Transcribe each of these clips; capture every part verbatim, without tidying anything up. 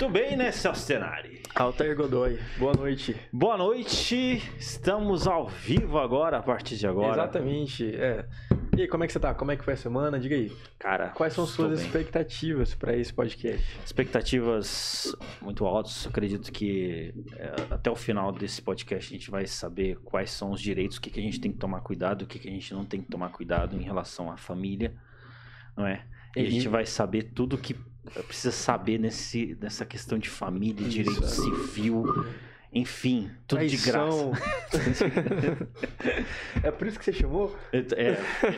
Muito bem, né, Celso Tenari? Altair Godoy, boa noite. Boa noite, estamos ao vivo agora, a partir de agora. Exatamente, é. E aí, como é que você tá? Como é que foi a semana? Diga aí. Cara, quais são suas bem. expectativas para esse podcast? Expectativas muito altas. Acredito que é, até o final desse podcast a gente vai saber quais são os direitos, o que, que a gente tem que tomar cuidado, o que, que a gente não tem que tomar cuidado em relação à família, não é? E a gente vai saber tudo que precisa saber nesse, nessa questão de família, Isso. direito civil, enfim, tudo Traição. de graça. É por isso que você chamou? É,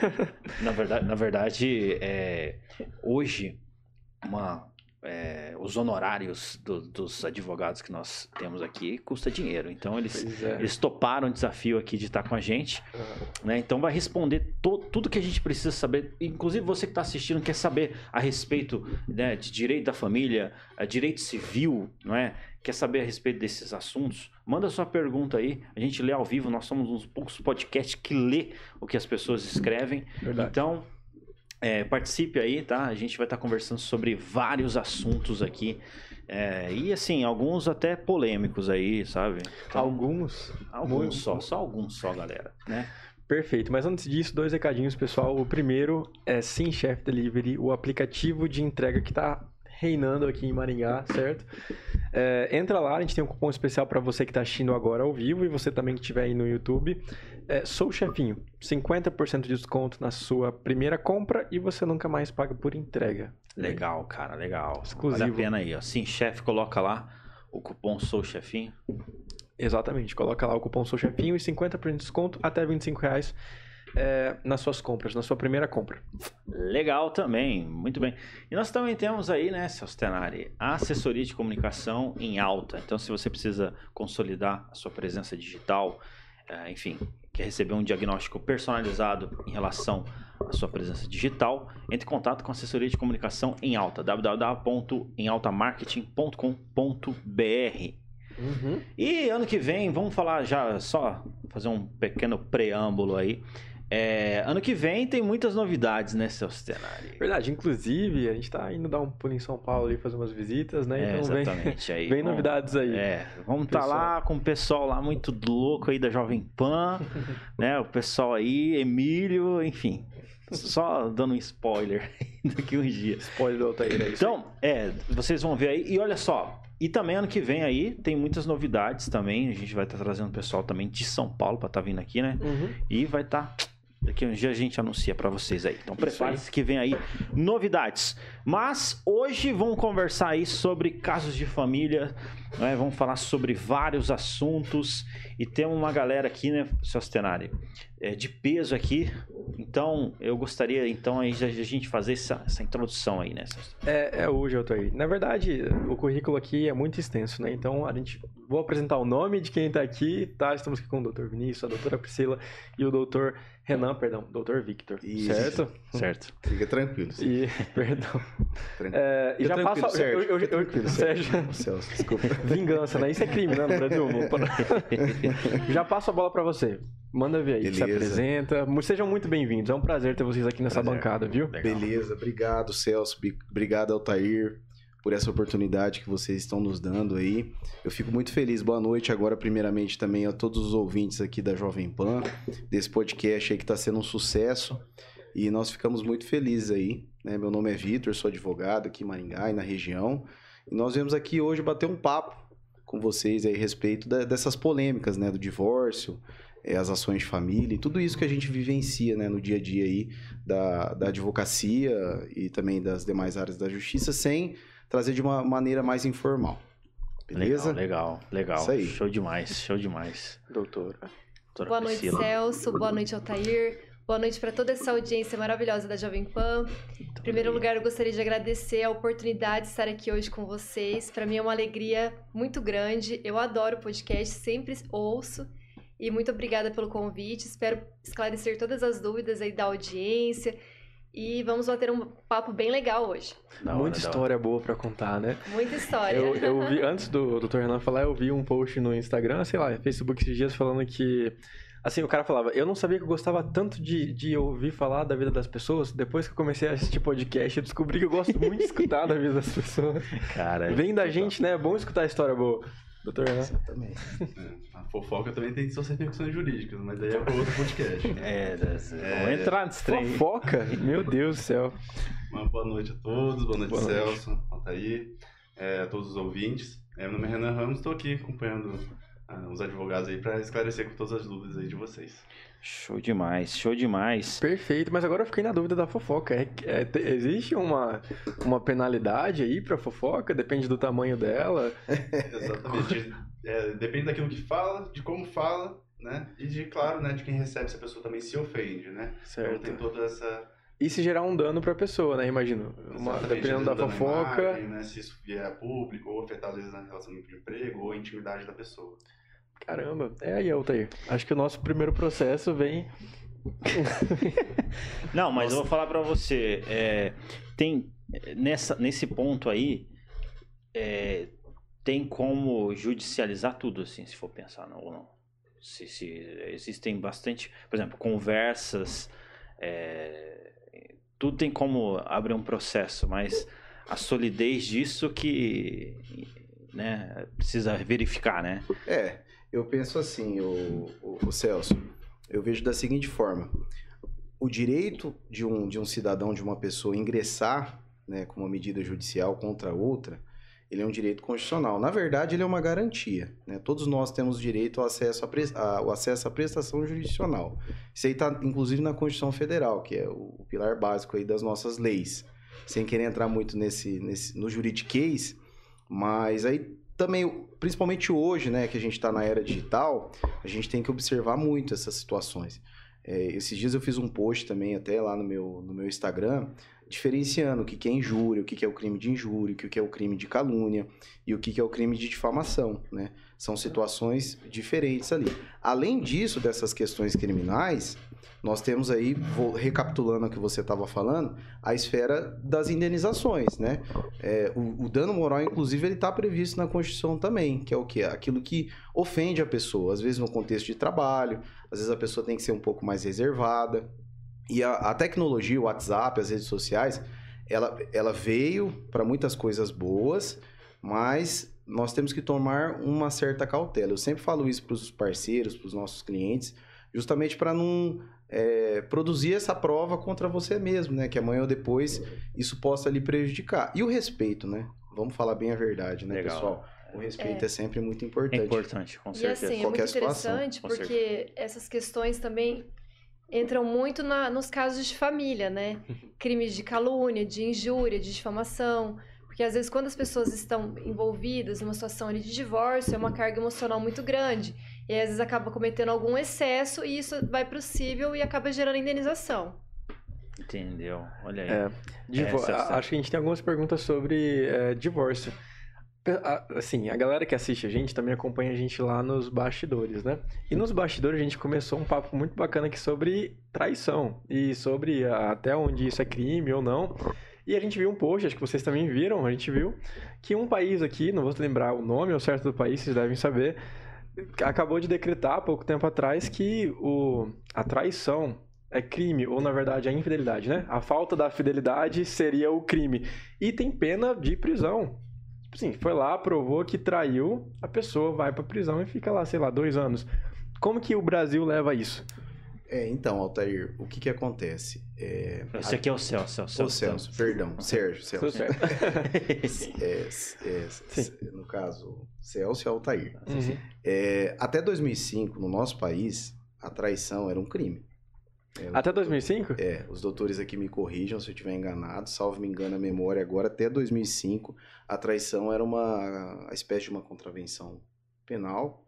na verdade, na verdade é, hoje, uma, é, os honorários do, dos advogados que nós temos aqui custa dinheiro. Então, eles, é. eles toparam o desafio aqui de estar com a gente. Uhum. Né? Então, vai responder to, tudo que a gente precisa saber. Inclusive, você que está assistindo quer saber a respeito, né, de direito da família, direito civil, não é? Quer saber a respeito desses assuntos? Manda sua pergunta aí, a gente lê ao vivo. Nós somos uns poucos podcasts que lê o que as pessoas escrevem. Verdade. Então, é, participe aí, tá? A gente vai estar conversando sobre vários assuntos aqui. É, e assim, alguns até polêmicos aí, sabe? Então, alguns? Alguns muito... só, só alguns só, galera, né? Perfeito, mas antes disso, dois recadinhos, pessoal. O primeiro é Sim Chef Delivery, o aplicativo de entrega que está reinando aqui em Maringá, certo? É, entra lá, a gente tem um cupom especial para você que está assistindo agora ao vivo e você também que estiver aí no YouTube. É, Sou Chefinho, cinquenta por cento de desconto na sua primeira compra e você nunca mais paga por entrega. Legal, cara, legal. Exclusivo. Vale a pena aí, ó. Sim, chefe, coloca lá o cupom Sou Chefinho. Exatamente, coloca lá o cupom Sou Chefinho e cinquenta por cento de desconto até vinte e cinco reais. É, nas suas compras, na sua primeira compra. Legal também, muito bem. E nós também temos aí, né, Celso Tenari, a assessoria de comunicação em alta. Então, se você precisa consolidar a sua presença digital, é, enfim, quer receber um diagnóstico personalizado em relação à sua presença digital, entre em contato com a assessoria de comunicação em alta, w w w ponto em alta marketing ponto com ponto b r. Uhum. E ano que vem, vamos falar já, só fazer um pequeno preâmbulo aí. É, ano que vem tem muitas novidades, né, Celso Tenari? Verdade, inclusive a gente tá indo dar um pulo em São Paulo e fazer umas visitas, né? É, então exatamente. Vem, aí, vem vamos, novidades aí. É, vamos estar tá lá com o pessoal lá muito louco aí da Jovem Pan, né? O pessoal aí, Emílio, enfim. Só dando um spoiler daqui uns dias. Spoiler do Altair, é isso. Então, é, vocês vão ver aí. E olha só, e também ano que vem aí tem muitas novidades também. A gente vai estar tá trazendo o pessoal também de São Paulo para estar tá vindo aqui, né? Uhum. E vai estar... Tá... Daqui um dia a gente anuncia para vocês aí. Então prepare-se que vem aí novidades. Mas hoje vamos conversar aí sobre casos de família, né? Vamos falar sobre vários assuntos. E temos uma galera aqui, né, Celso Tenari, é, de peso aqui. Então eu gostaria então aí de a gente fazer essa, essa introdução aí, né, Celso? É, é hoje, Altair. Na verdade, o currículo aqui é muito extenso, né? Então a gente... Vou apresentar o nome de quem está aqui, tá? Estamos aqui com o doutor Vinícius, a doutora Priscila e o doutor Renan, perdão, doutor Victor. Isso. Certo? Certo. Fica tranquilo. E, perdão. Tranquilo. É, e já passa... Sérgio. Eu, eu, eu, tranquilo, Sérgio. Celso, desculpa. Vingança, né? Isso é crime, né? No Brasil. Já passo a bola para você. Manda ver aí, Beleza. Se apresenta. Sejam muito bem-vindos. É um prazer ter vocês aqui nessa Prazer. bancada, viu? Legal. Beleza, obrigado, Celso. Obrigado, Altair, por essa oportunidade que vocês estão nos dando aí. Eu fico muito feliz. Boa noite agora, primeiramente, também a todos os ouvintes aqui da Jovem Pan, desse podcast aí que está sendo um sucesso. E nós ficamos muito felizes aí, né? Meu nome é Vitor, sou advogado aqui em Maringá e na região. E nós viemos aqui hoje bater um papo com vocês aí a respeito da, dessas polêmicas, né? Do divórcio, é, as ações de família e tudo isso que a gente vivencia, né? No dia a dia aí da, da advocacia e também das demais áreas da justiça, sem trazer de uma maneira mais informal. Beleza? Legal, legal, legal. Isso aí. Show demais, show demais. Doutora. Doutora Boa noite, Priscila. Celso. Boa noite, Altair. Boa noite para toda essa audiência maravilhosa da Jovem Pan. Em primeiro lugar, eu gostaria de agradecer a oportunidade de estar aqui hoje com vocês. Para mim é uma alegria muito grande. Eu adoro o podcast, sempre ouço. E muito obrigada pelo convite. Espero esclarecer todas as dúvidas aí da audiência. E vamos bater um papo bem legal hoje. Da hora, Muita da história boa pra contar, né? Muita história. Eu, eu vi, antes do doutor Renan falar, eu vi um post no Instagram, sei lá, Facebook esses dias falando que Assim, o cara falava, eu não sabia que eu gostava tanto de, de ouvir falar da vida das pessoas. Depois que eu comecei a assistir podcast, eu descobri que eu gosto muito de escutar da vida das pessoas. Cara, Vem da gente, né? É bom escutar a história boa. Doutor, né? Exatamente. É, a fofoca também tem suas repercussões jurídicas, mas daí é para outro podcast. Né? É, vamos entrar nesse trem. Fofoca? Meu Deus do céu. Uma boa noite a todos, boa noite, Boa noite. Celso, Altair, é, a todos os ouvintes. É, meu nome é Renan Ramos, estou aqui acompanhando ah, os advogados aí para esclarecer com todas as dúvidas aí de vocês. Show demais, show demais. Perfeito, mas agora eu fiquei na dúvida da fofoca. É, é, te- existe uma, uma penalidade aí pra fofoca? Depende do tamanho dela? Exatamente. É, depende daquilo que fala, de como fala, né? E de, claro, né, de quem recebe, se a pessoa também se ofende, né? Certo. Então tem toda essa... E se gerar um dano pra pessoa, né? Imagino. Uma, Exatamente, dependendo da às vezes, dando fofoca. imagem, né, se isso vier a público, ou afetar, às vezes, na relação de emprego, ou a intimidade da pessoa. Caramba, é aí, Altair. Acho que o nosso primeiro processo vem. Não, mas eu vou falar pra você, é, tem nessa, nesse ponto aí, é, tem como judicializar tudo, assim, se for pensar, não, ou não. Se, se existem bastante, por exemplo, conversas, é, tudo tem como abrir um processo, mas a solidez disso que, né, precisa verificar, né? É, eu penso assim, o, o, o Celso, eu vejo da seguinte forma: o direito de um, de um cidadão, de uma pessoa ingressar, né, com uma medida judicial contra outra, ele é um direito constitucional. Na verdade, ele é uma garantia, né? Todos nós temos direito ao acesso, a pres, a, ao acesso à prestação jurisdicional. Isso aí está, inclusive, na Constituição Federal, que é o, o pilar básico aí das nossas leis. Sem querer entrar muito nesse, nesse, no juridiquês, mas aí também, principalmente hoje, né, que a gente está na era digital, a gente tem que observar muito essas situações. É, esses dias eu fiz um post também, até lá no meu, no meu Instagram, diferenciando o que, que é injúria, o que, que é o crime de injúria, o que, que é o crime de calúnia e o que, que é o crime de difamação, né? São situações diferentes ali. Além disso, dessas questões criminais, nós temos aí, vou recapitulando o que você estava falando, a esfera das indenizações, né? É, o, o dano moral, inclusive, ele está previsto na Constituição também, que é o quê? Aquilo que ofende a pessoa, às vezes no contexto de trabalho, às vezes a pessoa tem que ser um pouco mais reservada. E a, a tecnologia, o WhatsApp, as redes sociais, ela, ela veio para muitas coisas boas, mas nós temos que tomar uma certa cautela. Eu sempre falo isso para os parceiros, para os nossos clientes, justamente para não é, produzir essa prova contra você mesmo, né? Que amanhã ou depois isso possa lhe prejudicar. E o respeito, né? Vamos falar bem a verdade, né, Legal. pessoal? O respeito é, É. sempre muito É importante. importante, com E certeza. assim, é Qualquer muito situação, interessante com porque essas questões também entram muito na- nos casos de família, né? Crimes de calúnia, de injúria, de difamação. Porque às vezes quando as pessoas estão envolvidas numa situação ali de divórcio, é uma carga emocional muito grande. E aí, às vezes acaba cometendo algum excesso e isso vai pro cível e acaba gerando indenização. Entendeu? Olha aí. É, divo- Essa- a- Acho que a gente tem algumas perguntas sobre é, divórcio. Pe- a- Assim, a galera que assiste a gente também acompanha a gente lá nos bastidores, né? E nos bastidores a gente começou um papo muito bacana aqui sobre traição e sobre a- até onde isso é crime ou não. E a gente viu um post, acho que vocês também viram, a gente viu que um país aqui, não vou lembrar o nome ao certo do país, vocês devem saber, acabou de decretar há pouco tempo atrás que o, a traição é crime, ou na verdade a infidelidade, né? A falta da fidelidade seria o crime. E tem pena de prisão. Sim, foi lá, provou que traiu, a pessoa vai pra prisão e fica lá, sei lá, dois anos. Como que o Brasil leva isso? É, então, Altair, o que que acontece? É, Esse aqui é o Celso. Ô, Celso, perdão, Sérgio, Tudo Celso. certo. É, é, Sim. no caso, Celso e Altair. Uhum. É, até dois mil e cinco, no nosso país, a traição era um crime. É, Até dois mil e cinco? É, os doutores aqui me corrijam se eu estiver enganado, salvo me engano a memória agora, até dois mil e cinco, a traição era uma, uma espécie de uma contravenção penal,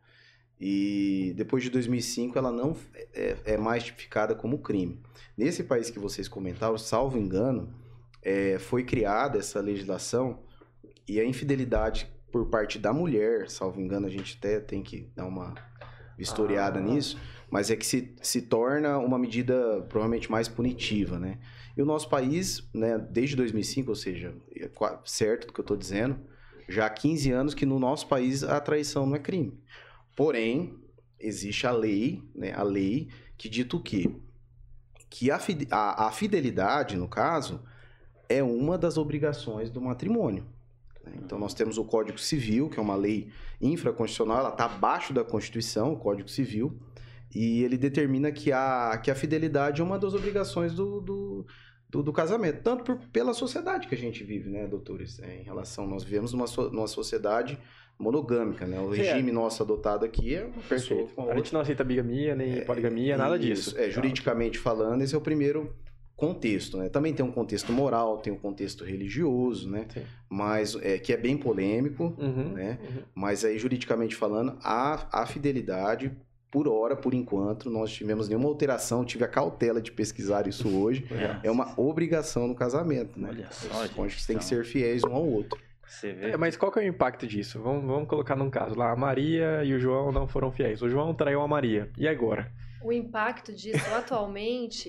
e depois de dois mil e cinco ela não é, é mais tipificada como crime. Nesse país que vocês comentaram, salvo engano, é, foi criada essa legislação, e a infidelidade por parte da mulher, salvo engano, a gente até tem que dar uma vistoriada Ah. nisso, mas é que se, se torna uma medida provavelmente mais punitiva, né? E o nosso país, né, desde dois mil e cinco, ou seja, é qua- certo do que eu estou dizendo, já há quinze anos que no nosso país a traição não é crime. Porém, existe a lei, né, a lei que dita o quê? Que a, fide- a, a fidelidade, no caso, é uma das obrigações do matrimônio. Né? Então, nós temos o Código Civil, que é uma lei infraconstitucional, ela está abaixo da Constituição, o Código Civil, e ele determina que a, que a fidelidade é uma das obrigações do, do, do, do casamento, tanto por, pela sociedade que a gente vive, né, doutores? É, em relação, nós vivemos numa, so, numa sociedade monogâmica, né? O regime é. nosso adotado aqui é uma pessoa Perfeito. com a A outra. gente não aceita bigamia, nem É, poligamia, nada isso, disso. É, juridicamente falando, esse é o primeiro contexto, né? Também tem um contexto moral, tem um contexto religioso, né? Sim. Mas é, que é bem polêmico, Uhum, né? uhum. Mas aí, juridicamente falando, a, a fidelidade, por hora, por enquanto, nós tivemos nenhuma alteração, tive a cautela de pesquisar isso hoje, é uma obrigação no casamento, né? Olha só, Os gente, cônjuges têm que então. ser fiéis um ao outro. Você vê. É, mas qual que é o impacto disso? Vamos, vamos colocar num caso lá, a Maria e o João não foram fiéis. O João traiu a Maria. E agora? O impacto disso atualmente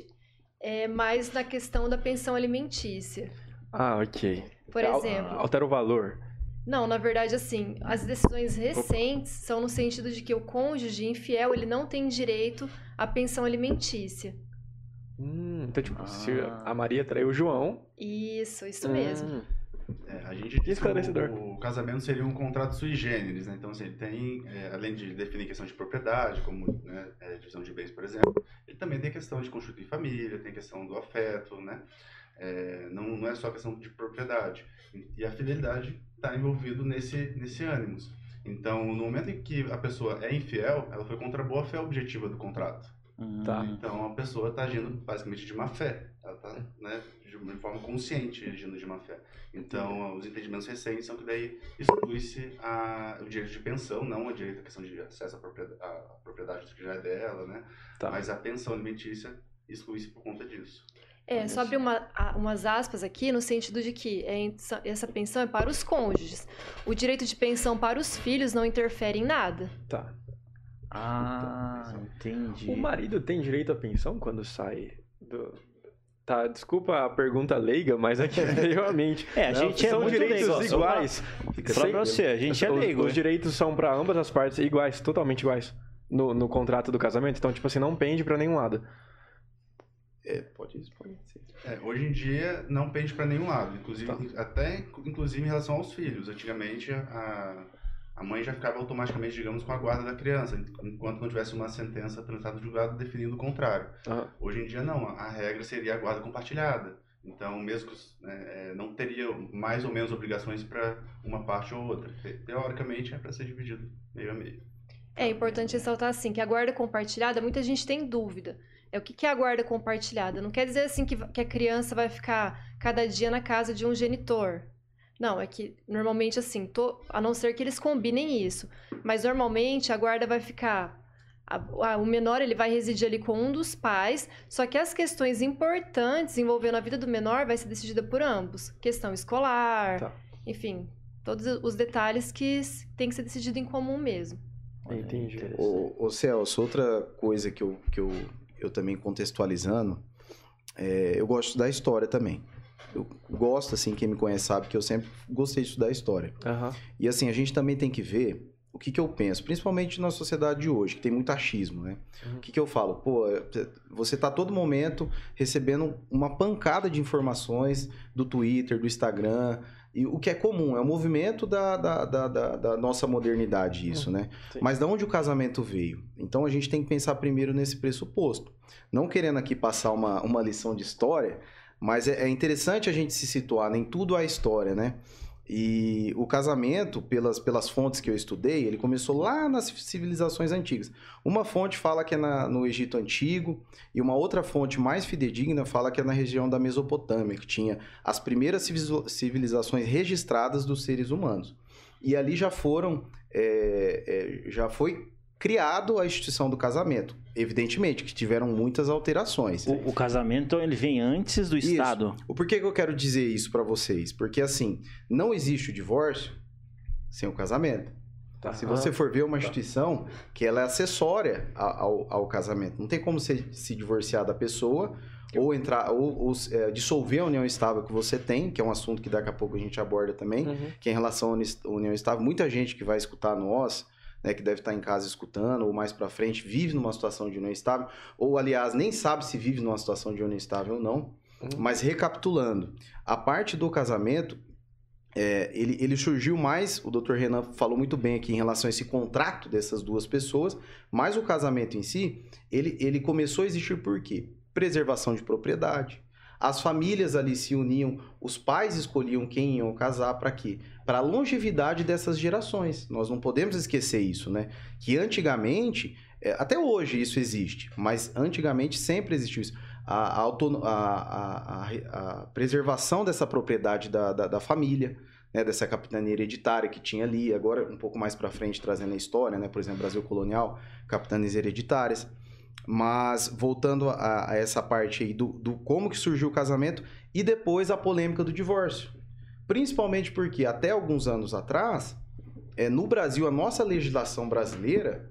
é mais na questão da pensão alimentícia. Ah, ok. Por Al- exemplo. Altera o valor. Não, na verdade, assim, as decisões recentes são no sentido de que o cônjuge infiel, ele não tem direito à pensão alimentícia. Hum, então, tipo, Ah. se a Maria traiu o João... Isso, isso mesmo. Hum, É, a gente diz que Esclarecedor. o, o casamento seria um contrato sui generis, né? Então, assim, ele tem, é, além de definir questão de propriedade, como né, é, divisão de bens, por exemplo, ele também tem questão de constituir família, tem questão do afeto, né? É, não, não é só questão de propriedade. E a fidelidade está envolvido nesse, nesse ânimos. Então, no momento em que a pessoa é infiel, ela foi contra a boa-fé objetiva do contrato. Hum, Tá. Então, a pessoa está agindo basicamente de má fé. Ela está, né, de uma forma consciente agindo de má fé. Então, os entendimentos recentes são que daí exclui-se a- o direito de pensão, não o direito à questão de acesso à propriedade, à propriedade que já é dela, né? Tá. Mas a pensão alimentícia exclui-se por conta disso. É, só abrir uma, a- umas aspas aqui no sentido de que é, essa pensão é para os cônjuges. O direito de pensão para os filhos não interfere em nada. Tá. Ah, entendi. O marido tem direito à pensão quando sai do... Tá, desculpa a pergunta leiga, mas aqui veio à mente. É, a Não, gente é são muito direitos leigo, ó, só pra- iguais. Fica Falar sem- pra você, a gente é os, leigo. Os hein? direitos são pra ambas as partes iguais, totalmente iguais. No, no contrato do casamento. Então, tipo assim, não pende pra nenhum lado. É, pode isso, pode ser. É, hoje em dia não pende para nenhum lado, inclusive Tá. até inclusive em relação aos filhos. Antigamente a, a mãe já ficava automaticamente, digamos, com a guarda da criança, enquanto não tivesse uma sentença transitada no julgado definindo o contrário. Aham. Hoje em dia não, a, a regra seria a guarda compartilhada. Então, mesmo que os- né, é, não teria mais ou menos obrigações para uma parte ou outra. Te- Teoricamente é para ser dividido meio a meio. É importante ressaltar assim que a guarda compartilhada, muita gente tem dúvida. É o que que é a guarda compartilhada? Não quer dizer assim que, que a criança vai ficar cada dia na casa de um genitor. Não, é que normalmente assim, to- a não ser que eles combinem isso, mas normalmente a guarda vai ficar a- a- o menor ele vai residir ali com um dos pais, só que as questões importantes envolvendo a vida do menor vai ser decidida por ambos. Questão escolar, Tá. enfim, todos os detalhes que s- tem que ser decidido em comum mesmo. Olha, Entendi. interessante. Ô, ô Celso, outra coisa que eu, que eu, eu também contextualizando, é, eu gosto de estudar história também. Eu gosto, assim, quem me conhece sabe que eu sempre gostei de estudar história. Aham. E assim, a gente também tem que ver o que, que eu penso, principalmente na sociedade de hoje, que tem muito achismo, né? Uhum. O que, que eu falo? Pô, você tá a todo momento recebendo uma pancada de informações do Twitter, do Instagram, e o que é comum, é o movimento da, da, da, da, da nossa modernidade isso, né? Sim. Mas de onde o casamento veio? Então a gente tem que pensar primeiro nesse pressuposto. Não querendo aqui passar uma, uma lição de história, mas é, é interessante a gente se situar, nem tudo é história, né? E o casamento, pelas, pelas fontes que eu estudei, ele começou lá nas civilizações antigas. Uma fonte fala que é na, no Egito Antigo, e uma outra fonte mais fidedigna fala que é na região da Mesopotâmia, que tinha as primeiras civiliza- civilizações registradas dos seres humanos. E ali já foram, é, é, já foi criado a instituição do casamento. Evidentemente que tiveram muitas alterações. O, o casamento, ele vem antes do Isso. Estado. O porquê que eu quero dizer isso pra vocês? Porque assim, não existe o divórcio sem o casamento. Tá. Se você for ver uma instituição que ela é acessória a- ao, ao casamento, não tem como você se divorciar da pessoa ou entrar ou, ou, é, dissolver a união estável que você tem, que é um assunto que daqui a pouco a gente aborda também, Uhum. que é em relação à uni- união estável. Muita gente que vai escutar nós, né, que deve estar em casa escutando, ou mais pra frente, vive numa situação de união estável, ou, aliás, nem sabe se vive numa situação de união estável ou não. Uhum. Mas, recapitulando, a parte do casamento, é, ele, ele surgiu mais, o doutor Renan falou muito bem aqui em relação a esse contrato dessas duas pessoas, mas o casamento em si, ele, ele começou a existir por quê? Preservação de propriedade. As famílias ali se uniam, os pais escolhiam quem iam casar para quê? Para a longevidade dessas gerações. Nós não podemos esquecer isso, né? Que antigamente, até hoje isso existe, mas antigamente sempre existiu isso. A, a, a, a, a preservação dessa propriedade da, da, da família, né? Dessa capitania hereditária que tinha ali, agora um pouco mais para frente trazendo a história, né? Por exemplo, Brasil colonial, capitanias hereditárias. Mas, voltando a, a essa parte aí do, do como que surgiu o casamento e depois a polêmica do divórcio. Principalmente porque, até alguns anos atrás, é, no Brasil, a nossa legislação brasileira,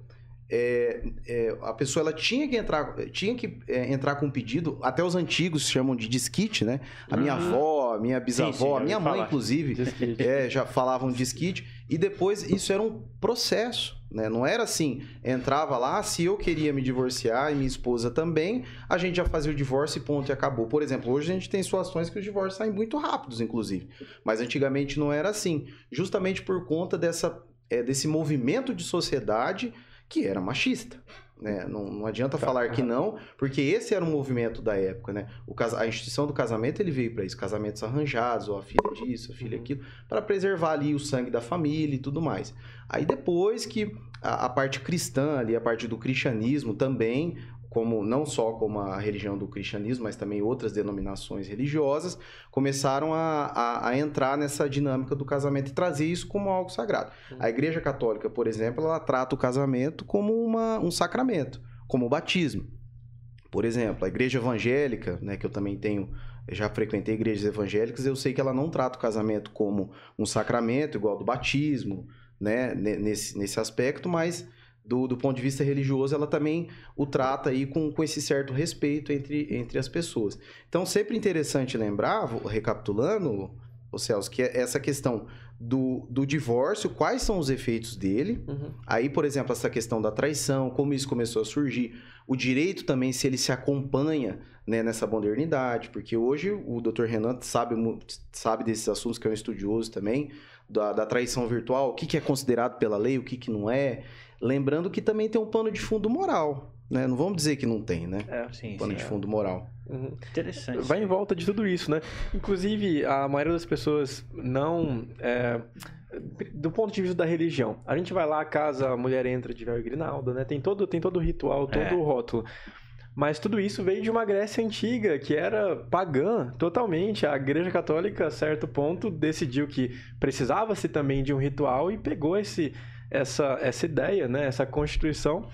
é, é, a pessoa ela tinha que entrar, tinha que, é, entrar com um pedido, até os antigos chamam de desquite, né? A minha uhum. avó, a minha bisavó, sim, sim, a minha mãe, falar. inclusive, é, já falavam de desquite. E depois, isso era um processo. Né? Não era assim, entrava lá, se eu queria me divorciar e minha esposa também, a gente já fazia o divórcio e ponto, e acabou. Por exemplo, hoje a gente tem situações que os divórcios saem muito rápidos, inclusive. Mas antigamente não era assim. Justamente por conta dessa, é, desse movimento de sociedade que era machista. Né? Não, não adianta falar que não, porque esse era o movimento da época, né? O casa, a instituição do casamento ele veio para isso, casamentos arranjados, ou a filha disso, a filha aquilo, para preservar ali o sangue da família e tudo mais. Aí depois que a, a parte cristã ali, a parte do cristianismo também, como não só como a religião do cristianismo, mas também outras denominações religiosas, começaram a, a, a entrar nessa dinâmica do casamento e trazer isso como algo sagrado. Uhum. A Igreja Católica, por exemplo, ela trata o casamento como uma, um sacramento, como o batismo. Por exemplo, a Igreja Evangélica, né, que eu também tenho, já frequentei igrejas evangélicas, eu sei que ela não trata o casamento como um sacramento, igual ao do batismo, né, nesse, nesse aspecto, mas... Do, do ponto de vista religioso, ela também o trata aí com, com esse certo respeito entre, entre as pessoas. Então, sempre interessante lembrar, recapitulando, ô Celso, que é essa questão do, do divórcio, quais são os efeitos dele. Uhum. Aí, por exemplo, essa questão da traição, como isso começou a surgir. O direito também, se ele se acompanha, né, nessa modernidade, porque hoje o doutor Renan sabe, sabe desses assuntos, que é um estudioso também, da, da traição virtual, o que, que é considerado pela lei, o que, que não é. Lembrando que também tem um pano de fundo moral, né? Não vamos dizer que não tem, né? É, sim, um pano sim, de é. fundo moral. Uhum. Interessante. Vai em volta de tudo isso, né? Inclusive, a maioria das pessoas não... É, do ponto de vista da religião. A gente vai lá, casa, a mulher entra de véu e grinalda, né? Tem todo, tem todo o ritual, todo é. o rótulo. Mas tudo isso veio de uma Grécia antiga, que era pagã totalmente. A Igreja Católica, a certo ponto, decidiu que precisava-se também de um ritual e pegou esse... Essa, essa ideia, né? Essa constituição,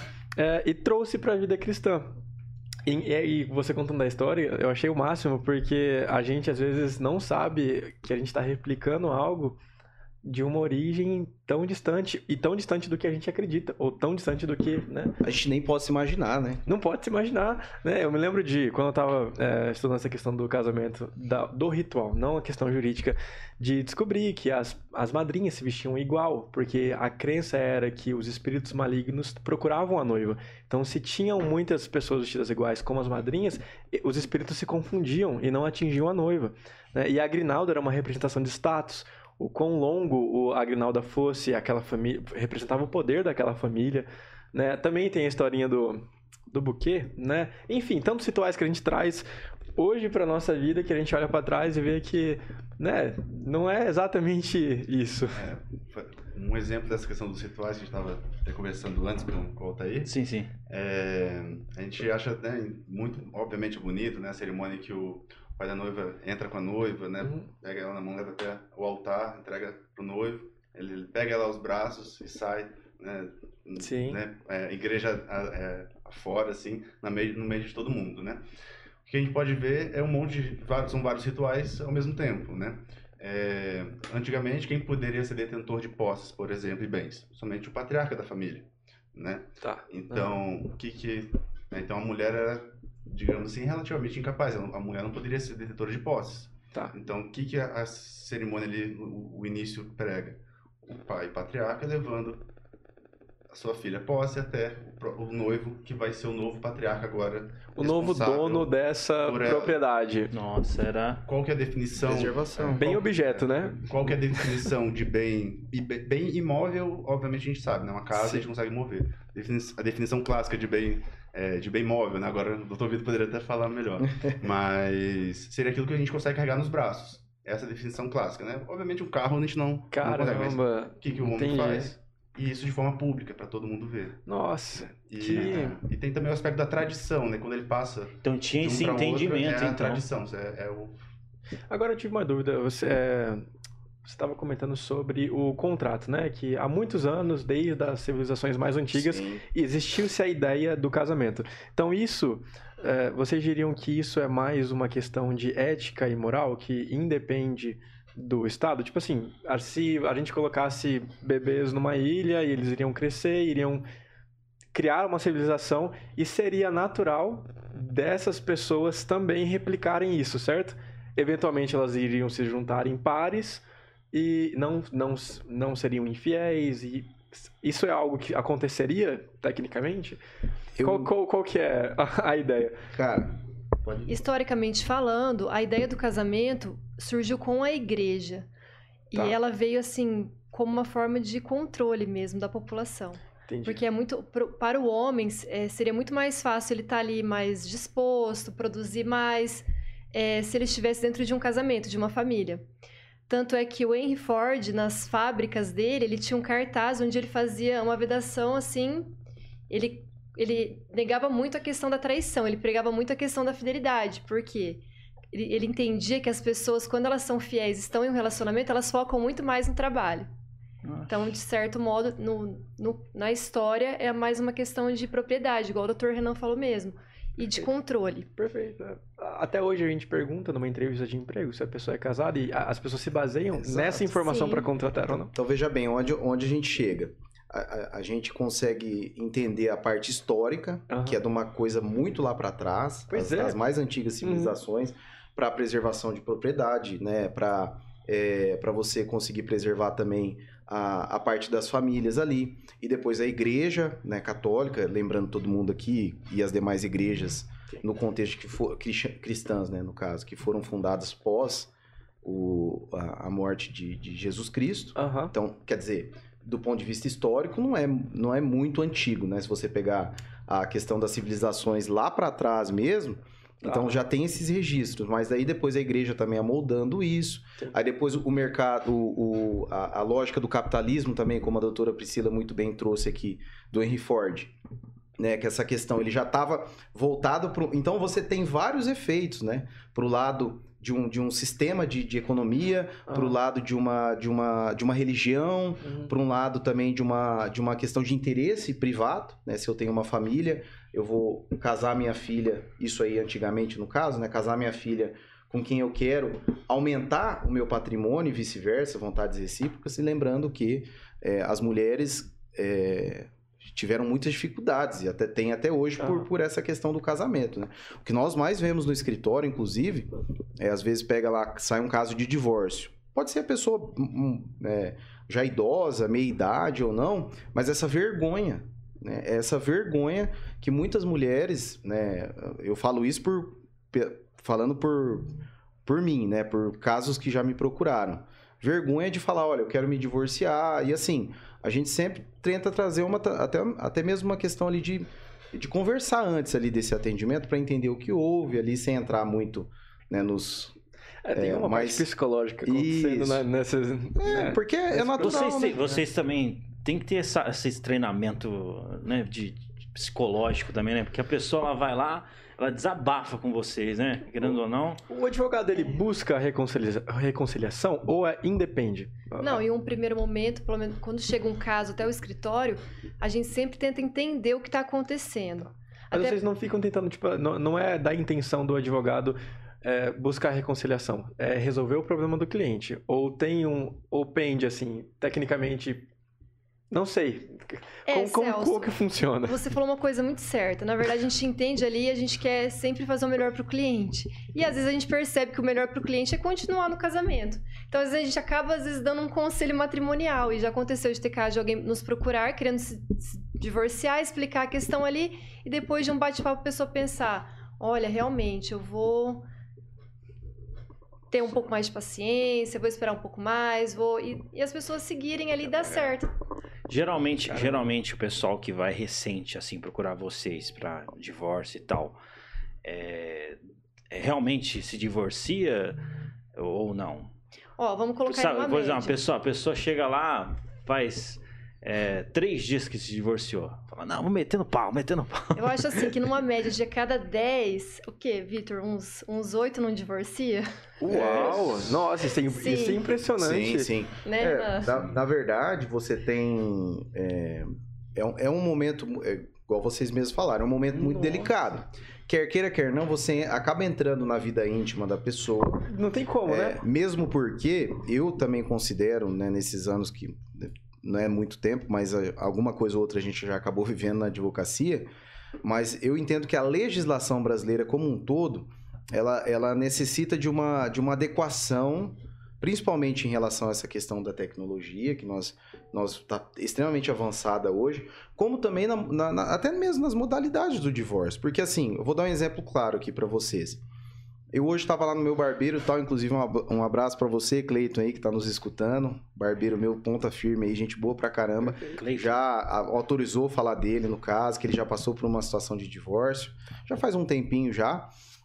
é, e trouxe para a vida cristã. E, e você contando a história, eu achei o máximo, porque a gente às vezes não sabe que a gente está replicando algo de uma origem tão distante, e tão distante do que a gente acredita, ou tão distante do que, né? A gente nem pode se imaginar, né? Não pode se imaginar, né? Eu me lembro de, quando eu estava é, estudando essa questão do casamento, da, do ritual, não a questão jurídica, de descobrir que as, as madrinhas se vestiam igual, porque a crença era que os espíritos malignos procuravam a noiva. Então, se tinham muitas pessoas vestidas iguais como as madrinhas, os espíritos se confundiam e não atingiam a noiva, né? E a grinalda era uma representação de status. O quão longo a grinalda fosse, aquela família representava o poder daquela família, né? Também tem a historinha do, do buquê, né? Enfim, tantos rituais que a gente traz hoje para nossa vida, que a gente olha para trás e vê que, né, não é exatamente isso. É, um exemplo dessa questão dos rituais que a gente estava conversando antes com, com o Altair. Sim, sim. É, a gente acha, né, muito, obviamente, bonito, né, a cerimônia que o o pai da noiva entra com a noiva, né? Uhum. Pega ela na mão, leva até o altar, entrega pro noivo. Ele pega ela aos braços e sai, né? Sim. Né? É, igreja é, afora, assim, no meio, no meio de todo mundo, né? O que a gente pode ver é um monte de... São vários rituais ao mesmo tempo, né? É, antigamente, quem poderia ser detentor de posses, por exemplo, e bens? Somente o patriarca da família, né? Tá. Então, o que que... Então, a mulher era... digamos assim, relativamente incapaz. A mulher não poderia ser detetora de posses. Tá. Então, o que, que a, a cerimônia ali, o, o início prega? O pai patriarca levando a sua filha posse até o, pro- o noivo, que vai ser o novo patriarca agora. O novo responsável dono dessa por ela. propriedade. Nossa, era... Qual que é a definição? Preservação. Bem Qual- objeto, né? Qual que é a definição de bem? E be- bem imóvel, obviamente a gente sabe, né? Uma casa a gente consegue mover. Defini- A definição clássica de bem, é, de bem móvel, né? Agora o doutor Vitor poderia até falar melhor. Mas seria aquilo que a gente consegue carregar nos braços. Essa é a definição clássica, né? Obviamente um carro a gente não, não consegue, mas Caramba. o que, que o homem Entendi. faz? E isso de forma pública, para todo mundo ver. Nossa. E, Que- e tem também o aspecto da tradição, né? Quando ele passa Então tinha de um esse pra outro, entendimento, é a então. tradição, é, é o... Agora eu tive uma dúvida. Você é, você estava comentando sobre o contrato, né? Que há muitos anos, desde as civilizações mais antigas, Sim. existiu-se a ideia do casamento. Então isso, é, vocês diriam que isso é mais uma questão de ética e moral que independe do Estado? Tipo assim, a- se a gente colocasse bebês numa ilha e eles iriam crescer, iriam criar uma civilização e seria natural dessas pessoas também replicarem isso, certo? Eventualmente elas iriam se juntar em pares e não, não, não seriam infiéis e isso é algo que aconteceria tecnicamente? Eu- Qual, qual, qual que é a, a ideia? Cara, pode... Historicamente falando, a ideia do casamento surgiu com a igreja. Tá. E ela veio assim como uma forma de controle mesmo da população. Entendi. Porque é muito pro- para o homem é, seria muito mais fácil ele estar ali mais disposto, produzir mais, é, se ele estivesse dentro de um casamento, de uma família. Tanto é que o Henry Ford, nas fábricas dele, ele tinha um cartaz onde ele fazia uma vedação assim, ele, ele negava muito a questão da traição, ele pregava muito a questão da fidelidade, porque ele, ele entendia que as pessoas, quando elas são fiéis, estão em um relacionamento, elas focam muito mais no trabalho. Então, de certo modo, no, no- na história, é mais uma questão de propriedade, igual o doutor Renan falou mesmo, e de controle. Perfeito. Até hoje a gente pergunta numa entrevista de emprego se a pessoa é casada e a- as pessoas se baseiam Exato. nessa informação Sim. para contratar ou não. Então veja bem, onde, onde a gente chega. A, a- a gente consegue entender a parte histórica, Aham. que é de uma coisa muito lá para trás, Pois as, é. as mais antigas civilizações, para a preservação de propriedade, né? Para para você conseguir preservar também a, a parte das famílias ali. E depois a igreja, né, católica, lembrando todo mundo aqui, e as demais igrejas, no contexto que for, cristã- cristãs, né, no caso, que foram fundadas pós o, a, a morte de, de Jesus Cristo. Aham. Então, quer dizer, do ponto de vista histórico, não é, não é muito antigo, né? Se você pegar a questão das civilizações lá para trás mesmo, então Ah. já tem esses registros, mas daí depois a igreja também amoldando isso. Sim. Aí depois o mercado, o, o- a, a lógica do capitalismo também, como a doutora Priscila muito bem trouxe aqui, do Henry Ford, né? Que essa questão ele já estava voltado para. Então você tem vários efeitos, né? Para o lado de um, de um sistema de, de economia, para o Ah. lado de uma, de uma, de uma religião, Uhum. por um lado também de uma, de uma questão de interesse privado, né? Se eu tenho uma família, eu vou casar minha filha, isso aí antigamente no caso, né? Casar minha filha com quem eu quero, aumentar o meu patrimônio e vice-versa, vontades recíprocas, e lembrando que eh, as mulheres eh, tiveram muitas dificuldades, e até tem até hoje por, Aham. por essa questão do casamento, né? O que nós mais vemos no escritório, inclusive, é às vezes pega lá, sai um caso de divórcio. Pode ser a pessoa hum, hum, é, já idosa, meia idade ou não, mas essa vergonha, né? Essa vergonha que muitas mulheres, né? Eu falo isso por pe- falando por por mim, né? Por casos que já me procuraram. Vergonha de falar, olha, eu quero me divorciar e assim, a gente sempre tenta trazer uma até até mesmo uma questão ali de de conversar antes ali desse atendimento para entender o que houve ali sem entrar muito, né, nos É, tem É, uma mas- parte psicológica acontecendo Isso. né, nessas. é, né? porque é natural, Vocês, têm- né? vocês também têm que ter essa, esse treinamento, né, de, de psicológico também, né? Porque a pessoa ela vai lá, ela desabafa com vocês, né? Querendo ou não. O advogado ele busca a reconcilia- reconciliação ou é independe? Não, em um primeiro momento, pelo menos quando chega um caso até o escritório, a gente sempre tenta entender o que está acontecendo. Mas Até- vocês não ficam tentando, tipo, não, não é da intenção do advogado é, buscar reconciliação, é resolver o problema do cliente. Ou tem um, ou pende, assim, tecnicamente, Não sei. É, como, como, Celso, como que funciona? Você falou uma coisa muito certa. Na verdade, a gente entende ali e a gente quer sempre fazer o melhor para o cliente. E às vezes a gente percebe que o melhor para o cliente é continuar no casamento. Então, às vezes, a gente acaba, às vezes, dando um conselho matrimonial. E já aconteceu de ter caso de alguém nos procurar, querendo se divorciar, explicar a questão ali. E depois de um bate-papo, a pessoa pensar, olha, realmente, eu vou ter um pouco mais de paciência, vou esperar um pouco mais, vou... E, e as pessoas seguirem ali e dar certo. Geralmente, geralmente o pessoal que vai recente, assim, procurar vocês pra divórcio e tal, é, é, realmente se divorcia ou não? Ó, vamos colocar Sabe, em uma por exemplo, média. a pessoa, a pessoa chega lá, faz é, três dias que se divorciou. Fala, não, vou metendo pau, metendo pau. Eu acho assim que numa média de a cada dez, o quê, Vitor? Uns, uns oito não divorcia? Uau! Nossa, isso é, Sim. isso é impressionante. Sim, sim. Né? É, Na- na, na verdade, você tem. É, é, um, é um momento, é, igual vocês mesmos falaram, é um momento muito Nossa. delicado. Quer queira, quer não, você acaba entrando na vida íntima da pessoa. Não tem como, É, né? mesmo porque eu também considero, né, nesses anos que não é muito tempo, mas a- alguma coisa ou outra a gente já acabou vivendo na advocacia, mas eu entendo que a legislação brasileira como um todo, ela, ela necessita de uma, de uma adequação, principalmente em relação a essa questão da tecnologia, que nós nós está extremamente avançada hoje, como também na- na- na- até mesmo nas modalidades do divórcio. Porque assim, eu vou dar um exemplo claro aqui para vocês. Eu hoje estava lá no meu barbeiro e tal, inclusive um ab- um abraço para você, Cleiton, aí, que tá nos escutando. Barbeiro meu, ponta firme aí, gente boa pra caramba. Cleiton. Já a- autorizou falar dele, no caso, que ele já passou por uma situação de divórcio. Já faz um tempinho já.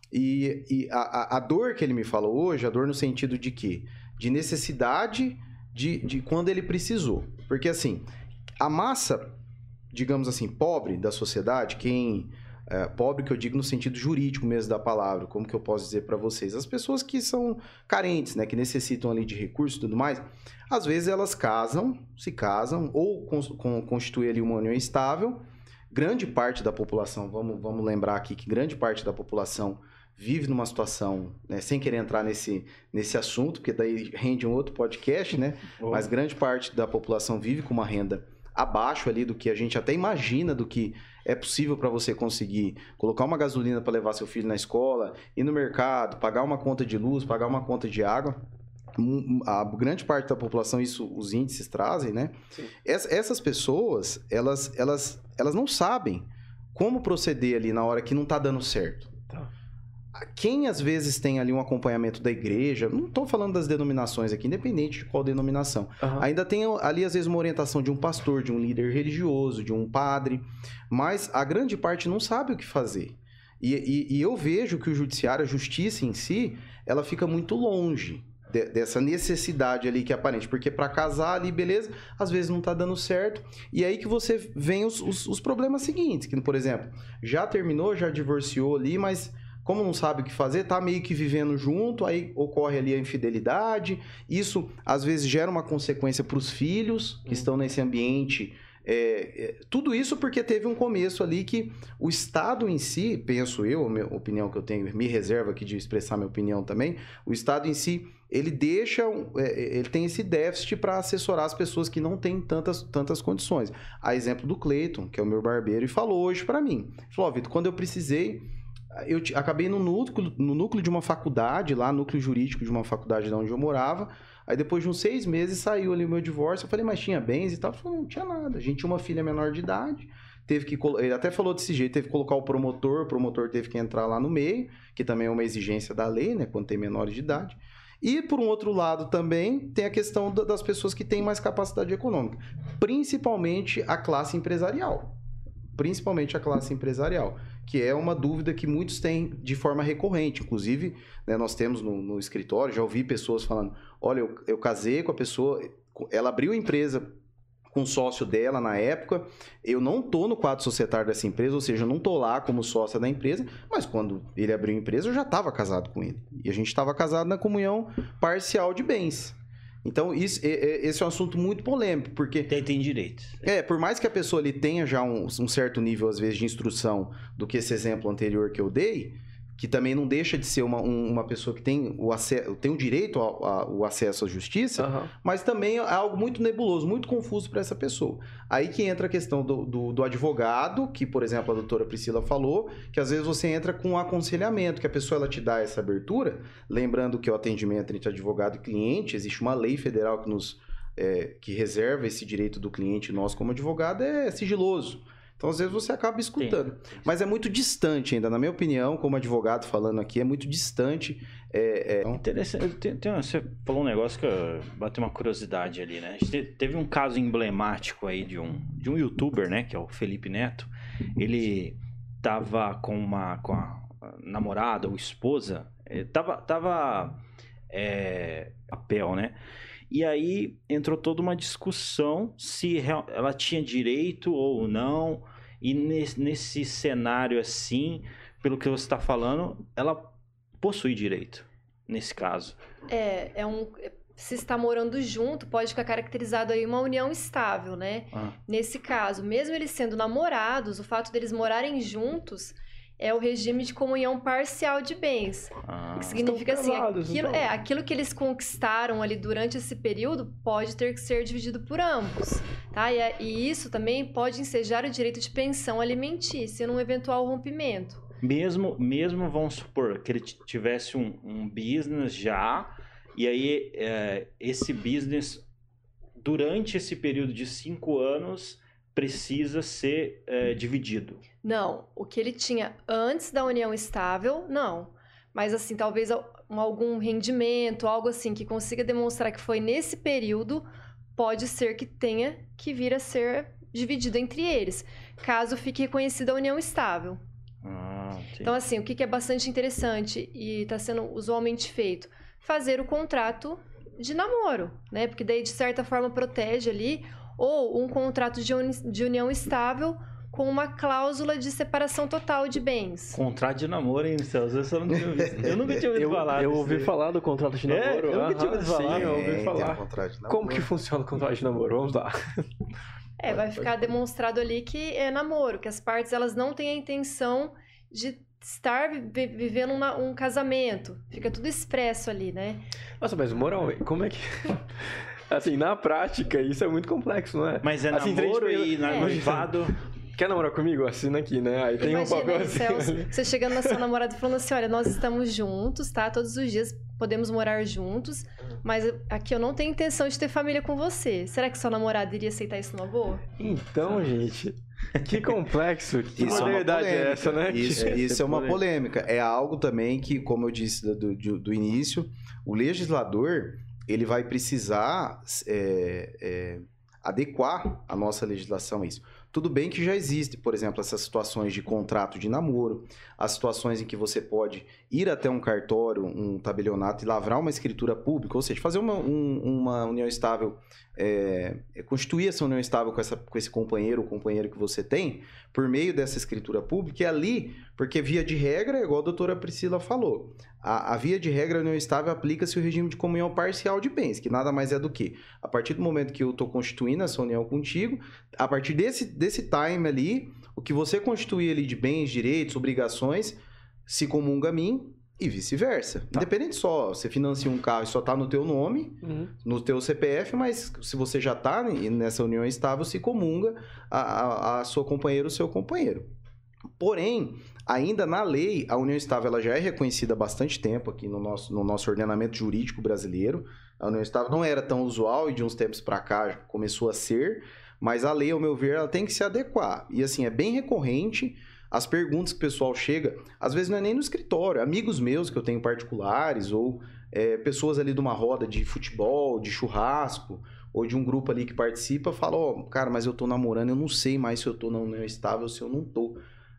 E, e a, a- a dor que ele me falou hoje, a dor no sentido de quê? De necessidade de, de quando ele precisou. Porque assim, a massa, digamos assim, pobre da sociedade, quem... É, pobre que eu digo no sentido jurídico mesmo da palavra, como que eu posso dizer para vocês? As pessoas que são carentes, né, que necessitam ali de recursos e tudo mais, às vezes elas casam, se casam, ou cons- con- constituem ali uma união estável. Grande parte da população, vamos, vamos lembrar aqui que grande parte da população vive numa situação, né, sem querer entrar nesse, nesse assunto, porque daí rende um outro podcast, né? Mas grande parte da população vive com uma renda abaixo ali do que a gente até imagina do que é possível para você conseguir colocar uma gasolina para levar seu filho na escola, ir no mercado, pagar uma conta de luz, pagar uma conta de água. Um- A grande parte da população, isso os índices trazem, né? Sim. Ess- Essas pessoas, elas, elas, elas não sabem como proceder ali na hora que não tá dando certo. Tá. Quem às vezes tem ali um acompanhamento da igreja, não estou falando das denominações aqui, independente de qual denominação, Aham. ainda tem ali às vezes uma orientação de um pastor, de um líder religioso, de um padre, mas a grande parte não sabe o que fazer. E, e- e eu vejo que o judiciário, a justiça em si, ela fica muito longe de- dessa necessidade ali que é aparente, porque para casar ali, beleza, às vezes não tá dando certo, e aí que você vem os, os- os problemas seguintes, que por exemplo, já terminou, já divorciou ali, mas como não sabe o que fazer, tá meio que vivendo junto, aí ocorre ali a infidelidade. Isso, às vezes, gera uma consequência para os filhos que estão nesse ambiente. É, é, tudo isso porque teve um começo ali que o Estado em si, penso eu, a minha opinião que eu tenho, me reserva aqui de expressar minha opinião também, o Estado em si, ele deixa, um- é, ele tem esse déficit para assessorar as pessoas que não têm tantas, tantas condições. A exemplo do Cleiton, que é o meu barbeiro, e falou hoje para mim. Ele falou, ó, Vitor, quando eu precisei... Eu t- acabei no núcleo, no núcleo de uma faculdade, lá, núcleo jurídico de uma faculdade de onde eu morava. Aí depois de uns seis meses saiu ali o meu divórcio. Eu falei, mas tinha bens e tal? Ele falou, não tinha nada. A gente tinha uma filha menor de idade. Teve que, colo- ele até falou desse jeito, teve que colocar o promotor, o promotor teve que entrar lá no meio, que também é uma exigência da lei, né, quando tem menores de idade. E, por um outro lado, também tem a questão da- das pessoas que têm mais capacidade econômica, principalmente a classe empresarial. Principalmente a classe empresarial, que é uma dúvida que muitos têm de forma recorrente. Inclusive, né, nós temos no, no escritório, já ouvi pessoas falando, olha, eu, eu casei com a pessoa, ela abriu a empresa com o sócio dela na época, eu não tô no quadro societário dessa empresa, ou seja, eu não tô lá como sócia da empresa, mas quando ele abriu a empresa, eu já estava casado com ele. E a gente estava casado na comunhão parcial de bens. Então, isso, é- é- esse é um assunto muito polêmico, porque Tem, tem direitos. é, por mais que a pessoa ali tenha já um, um certo nível, às vezes, de instrução do que esse exemplo anterior que eu dei, que também não deixa de ser uma, um, uma pessoa que tem o, acesso, tem o direito ao, ao acesso à justiça, Aham. mas também é algo muito nebuloso, muito confuso para essa pessoa. Aí que entra a questão do, do, do advogado, que, por exemplo, a doutora Priscila falou, que às vezes você entra com um aconselhamento, que a pessoa ela te dá essa abertura, lembrando que o atendimento entre advogado e cliente, existe uma lei federal que nos é, que reserva esse direito do cliente, nós como advogado, é sigiloso. Então, às vezes, você acaba escutando. Sim. Mas é muito distante ainda, na minha opinião, como advogado falando aqui, é muito distante. É, é... Interessante. Tem, tem, você falou um negócio que bateu uma curiosidade ali, né? A gente teve um caso emblemático aí de um, de um youtuber, né? Que é o Felipe Neto. Ele tava com uma com a namorada ou esposa, tava, tava é, papel, né? E aí entrou toda uma discussão se ela tinha direito ou não. E nesse, nesse cenário assim, pelo que você está falando, ela possui direito, nesse caso. É, é um... Se está morando junto, pode ficar caracterizado aí uma união estável, né? Ah. Nesse caso, mesmo eles sendo namorados, o fato deles morarem juntos é o regime de comunhão parcial de bens. Ah. Que significa assim, casados, aquilo, então. é, aquilo que eles conquistaram ali durante esse período pode ter que ser dividido por ambos, tá? E, e isso também pode ensejar o direito de pensão alimentícia num eventual rompimento. Mesmo, mesmo vamos supor que ele tivesse um, um business já, e aí é, esse business, durante esse período de cinco anos, precisa ser é, dividido. Não, o que ele tinha antes da união estável, não. Mas assim, talvez algum rendimento, algo assim que consiga demonstrar que foi nesse período, pode ser que tenha que vir a ser dividido entre eles, caso fique reconhecida a união estável. Ah, então assim, o que é bastante interessante e está sendo usualmente feito? Fazer o contrato de namoro, né? Porque daí de certa forma protege ali, ou um contrato de, uni de união estável com uma cláusula de separação total de bens. Contrato de namoro, hein, Celso? Eu, só não tinha ouvido. Eu nunca tinha ouvido eu, falar. Eu disso. ouvi falar do contrato de É, namoro. eu nunca tinha ouvido falar. Sim, eu ouvi Tem, falar. tem um contrato de namoro. Como que funciona o contrato de namoro? Vamos lá. É, vai ficar demonstrado ali que é namoro, que as partes elas não têm a intenção de estar vi vivendo uma, um casamento. Fica tudo expresso ali, né? Nossa, mas moral, como é que... Assim, na prática, isso é muito complexo, não é? Mas é assim, namoro três... e noivado... Quer namorar comigo? Assina aqui, né? Aí tem Imagina, um papel aí, assim. Celso, você chegando na sua namorada e falando assim, olha, nós estamos juntos, tá? Todos os dias podemos morar juntos, mas aqui eu não tenho intenção de ter família com você. Será que sua namorada iria aceitar isso numa boa? Então, gente, que complexo. Que Isso é uma verdade polêmica. é essa, né? Isso, Que- isso é uma polêmica. É algo também que, como eu disse do, do, do início, o legislador ele vai precisar é, é, adequar a nossa legislação a isso. Tudo bem que já existe, por exemplo, essas situações de contrato de namoro, as situações em que você pode ir até um cartório, um tabelionato e lavrar uma escritura pública, ou seja, fazer uma, um, uma união estável, é, constituir essa união estável com, essa, com esse companheiro ou companheira que você tem, por meio dessa escritura pública, e ali, porque via de regra, igual a doutora Priscila falou, a, a via de regra, a união estável aplica-se o regime de comunhão parcial de bens, que nada mais é do que, a partir do momento que eu estou constituindo essa união contigo, a partir desse, desse time ali, o que você constituir ali de bens, direitos, obrigações, se comunga a mim e vice-versa. Tá. Independente só, você financia um carro e só está no teu nome, Uhum. no teu C P F, mas se você já está nessa união estável, se comunga a, a, a sua companheira ou seu companheiro. Porém, ainda na lei, a união estável ela já é reconhecida há bastante tempo aqui no nosso, no nosso ordenamento jurídico brasileiro. A união estável não era tão usual e de uns tempos para cá começou a ser, mas a lei, ao meu ver, ela tem que se adequar. E assim, é bem recorrente as perguntas que o pessoal chega, às vezes não é nem no escritório, amigos meus que eu tenho particulares, ou é, pessoas ali de uma roda de futebol, de churrasco, ou de um grupo ali que participa, falam, ó, oh, cara, mas eu tô namorando, eu não sei mais se eu tô na união estável ou se eu não tô.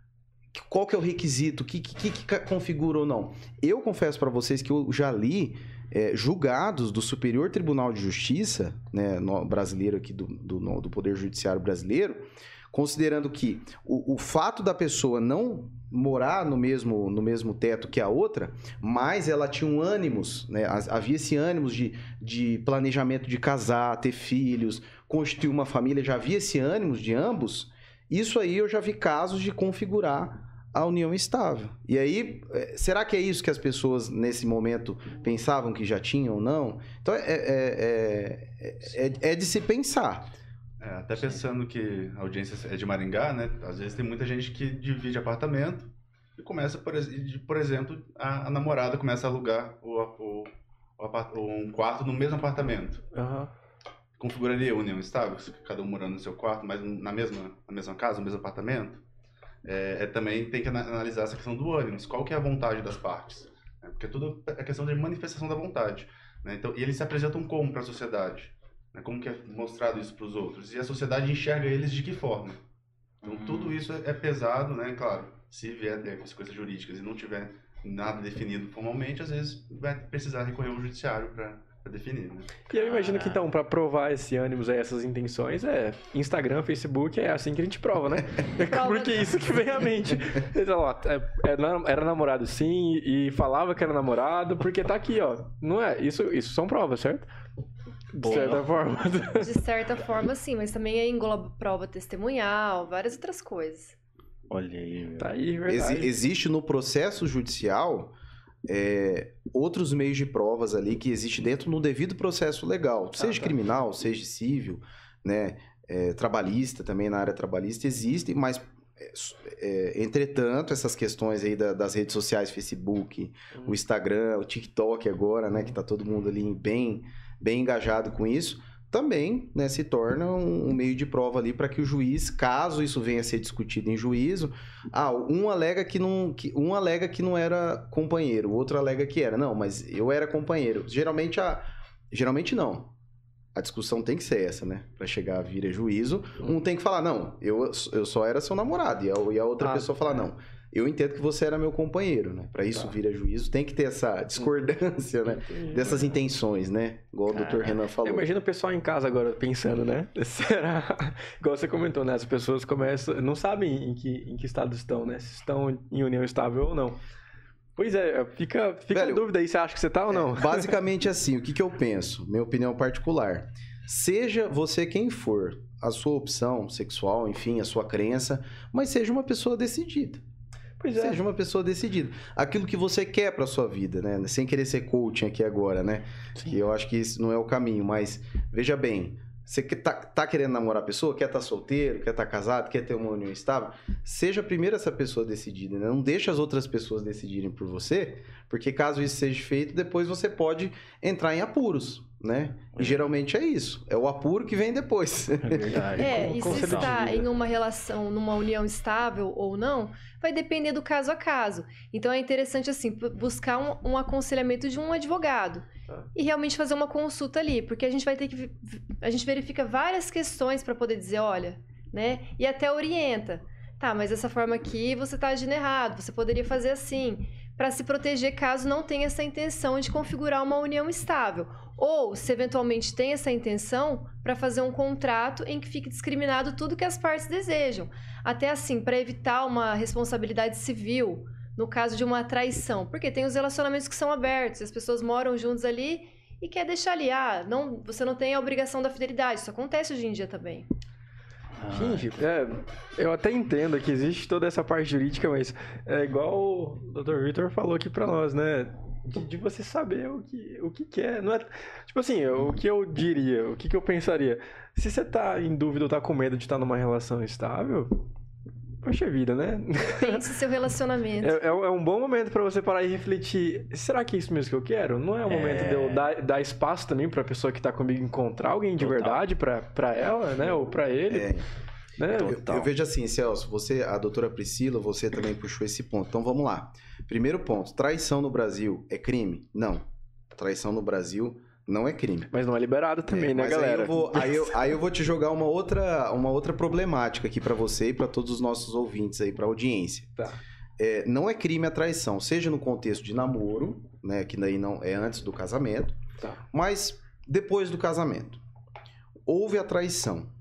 Qual que é o requisito? O que, que, que configura ou não? Eu confesso para vocês que eu já li é, julgados do Superior Tribunal de Justiça, né, no, brasileiro aqui do, do, no, do Poder Judiciário brasileiro, considerando que o, o fato da pessoa não morar no mesmo, no mesmo teto que a outra, mas ela tinha um ânimos, né, havia esse ânimos de, de planejamento de casar, ter filhos, constituir uma família, já havia esse ânimos de ambos, isso aí eu já vi casos de configurar a união estável. E aí, será que é isso que as pessoas, nesse momento, pensavam que já tinham ou não? Então, é, é, é, é, é de se pensar. É, até pensando que a audiência é de Maringá, né? Às vezes tem muita gente que divide apartamento e começa, por, por exemplo, a, a namorada começa a alugar o, o, o apart, um quarto no mesmo apartamento. Uhum. Configuraria a união estável, cada um morando no seu quarto, mas na mesma, na mesma casa, no mesmo apartamento? É, é, também tem que analisar essa questão do ânimo, qual que é a vontade das partes, né? Porque tudo é questão de manifestação da vontade, né? Então, e eles se apresentam como para a sociedade, né? Como que é mostrado isso para os outros, e a sociedade enxerga eles de que forma. Então tudo isso é, é pesado, né? Claro, se vier ter consequências jurídicas e não tiver nada definido formalmente, às vezes vai precisar recorrer ao judiciário para definir, né? E eu imagino que, então, para provar esse ânimo, essas intenções, é Instagram, Facebook, é assim que a gente prova, né? Porque é isso que vem à mente. Então, ó, era namorado sim, e falava que era namorado, porque tá aqui, ó. Não é? Isso, isso são provas, certo? De Bom, certa forma. De certa forma, sim, mas também aí engloba prova testemunhal, várias outras coisas. Olha aí, meu. Tá aí, verdade. Ex- existe no processo judicial... É, outros meios de provas ali que existem dentro no devido processo legal, seja ah, tá. criminal, seja civil, né, é, trabalhista também, na área trabalhista existem, mas é, é, entretanto essas questões aí da, das redes sociais, Facebook, hum. o Instagram, o TikTok agora, né, que tá todo mundo ali bem, bem engajado com isso, também, né, se torna um, um meio de prova ali para que o juiz, caso isso venha a ser discutido em juízo, ah, um alega que não, que, um alega que não era companheiro, o outro alega que era. Não, mas eu era companheiro. Geralmente, a, geralmente não. A discussão tem que ser essa, né? Para chegar a vir a juízo, um tem que falar, não, eu, eu só era seu namorado, e a, e a outra ah, pessoa falar, não, eu entendo que você era meu companheiro, né? Para isso tá. vir a juízo, tem que ter essa discordância, né? Dessas intenções, né? Igual o doutor Renan falou. Imagina o pessoal em casa agora pensando, né? Será? Igual você comentou, né? As pessoas começam... Não sabem em que, em que estado estão, né? Se estão em união estável ou não. Pois é, fica, fica Velho, a dúvida aí, você acha que você tá ou não? É, basicamente assim, o que, que eu penso? Minha opinião particular. Seja você quem for, a sua opção sexual, enfim, a sua crença, mas seja uma pessoa decidida. Pois é. Seja uma pessoa decidida. Aquilo que você quer pra sua vida, né? Sem querer ser coaching aqui agora, né? Sim. Que eu acho que isso não é o caminho, mas veja bem, você tá, tá querendo namorar a pessoa, quer estar tá solteiro, quer estar tá casado, quer ter uma união estável, seja primeiro essa pessoa decidida, né? Não deixe as outras pessoas decidirem por você, porque caso isso seja feito, depois você pode entrar em apuros, né? E é. geralmente é isso, é o apuro que vem depois. É verdade. É, e se está em uma relação, numa união estável ou não, vai depender do caso a caso. Então é interessante, assim, buscar um, um aconselhamento de um advogado. Tá. E realmente fazer uma consulta ali, porque a gente vai ter que... A gente verifica várias questões para poder dizer, olha, né? E até orienta. Tá, mas dessa forma aqui você está agindo errado, você poderia fazer assim, para se proteger caso não tenha essa intenção de configurar uma união estável. Ou, se eventualmente tem essa intenção, para fazer um contrato em que fique discriminado tudo que as partes desejam. Até assim, para evitar uma responsabilidade civil, no caso de uma traição. Porque tem os relacionamentos que são abertos, as pessoas moram juntos ali e quer deixar ali. Ah, não, você não tem a obrigação da fidelidade. Isso acontece hoje em dia também. Gente, é, eu até entendo que existe toda essa parte jurídica, mas é igual o doutor Vitor falou aqui pra nós, né? De, de você saber o que, o que quer. Não é, tipo assim, o que eu diria, o que, que eu pensaria. Se você tá em dúvida ou tá com medo de estar numa relação estável, poxa vida, né? Pense seu relacionamento. É, é, é um bom momento pra você parar e refletir. Será que é isso mesmo que eu quero? Não é o momento é... de eu dar, dar espaço também pra pessoa que tá comigo encontrar alguém de Total. verdade pra, pra ela, né? Ou pra ele. É. Né? Eu, eu vejo assim, Celso, você, a doutora Priscila, você também puxou esse ponto. Então vamos lá. Primeiro ponto, traição no Brasil é crime? Não. Traição no Brasil não é crime. Mas não é liberado também, é, né, galera? Aí eu, vou, aí, eu, aí eu vou te jogar uma outra, uma outra problemática aqui pra você e pra todos os nossos ouvintes aí, pra audiência. Tá. É, não é crime a traição, seja no contexto de namoro, né, que daí não é antes do casamento, tá. mas depois do casamento. Houve a traição.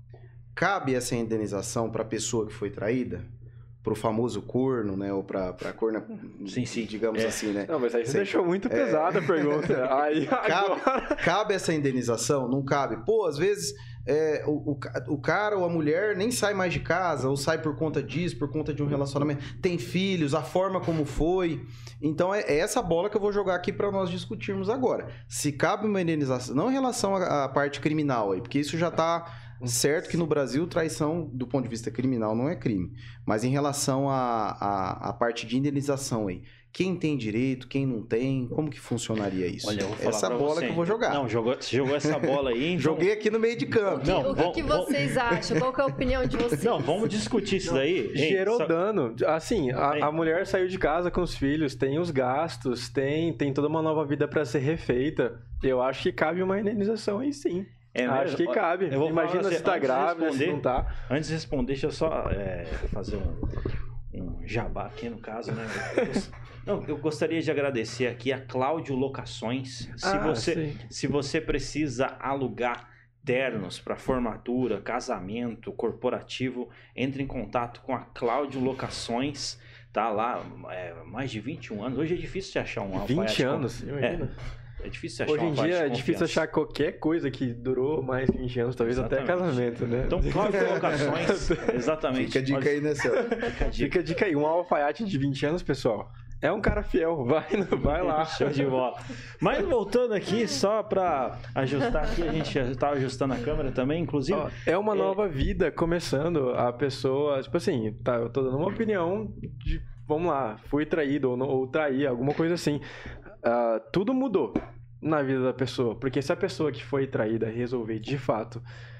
Cabe essa indenização para a pessoa que foi traída? Para o famoso corno, né? Ou para a corna, sim, sim. digamos é. assim, né? Não, mas aí você deixou muito pesada é... a pergunta. Aí, cabe, cabe essa indenização? Não cabe. Pô, às vezes é, o, o, ca- o cara ou a mulher nem sai mais de casa, ou sai por conta disso, por conta de um relacionamento, tem filhos, a forma como foi. Então é, é essa bola que eu vou jogar aqui para nós discutirmos agora. Se cabe uma indenização, não em relação à, à parte criminal aí, porque isso já tá certo que no Brasil traição do ponto de vista criminal não é crime, mas em relação à, à, à parte de indenização aí. Quem tem direito, quem não tem, como que funcionaria isso? Olha, eu vou falar essa pra bola você. que eu vou jogar. Não, jogou, você jogou essa bola aí. Então... Joguei aqui no meio de campo. Não, o que, vamos- que vocês acham? Qual que é a opinião de vocês? Não, vamos discutir isso daí. Hein, Gerou só- dano. Assim, Hein? a, a mulher saiu de casa com os filhos, tem os gastos, tem, tem toda uma nova vida pra ser refeita. Eu acho que cabe uma indenização aí sim. É acho mesmo? que cabe. Eu vou Imagina falar se assim, tá antes de grávida, se responder- não tá. Antes de responder, deixa eu só é, fazer um, um jabá aqui no caso, né? Eu gost- Não, eu gostaria de agradecer aqui a Cláudio Locações. Se, Ah, você, sim. se você precisa alugar ternos para formatura, casamento, corporativo, entre em contato com a Cláudio Locações. Tá lá é, mais de vinte e um anos. Hoje é difícil de achar um alfaiate vinte com- anos, imagina. É difícil achar Hoje um em alfaiate dia de é difícil confiança. achar qualquer coisa que durou mais de vinte anos, talvez até Exatamente. casamento, né? Então, Cláudio Locações, exatamente. Fica a dica Olha, aí, né, Celso? Fica a dica. Fica a dica aí, um alfaiate de vinte anos, pessoal, é um cara fiel, vai, vai lá. Show de bola. Mas voltando aqui, só pra ajustar aqui, a gente já tava ajustando a câmera também, inclusive. Ó, é uma É. nova vida começando, a pessoa, tipo assim, tá, eu tô dando uma opinião de, vamos lá, fui traído ou, não, ou traí, alguma coisa assim. Ah, tudo mudou na vida da pessoa, porque se a pessoa que foi traída resolver de fato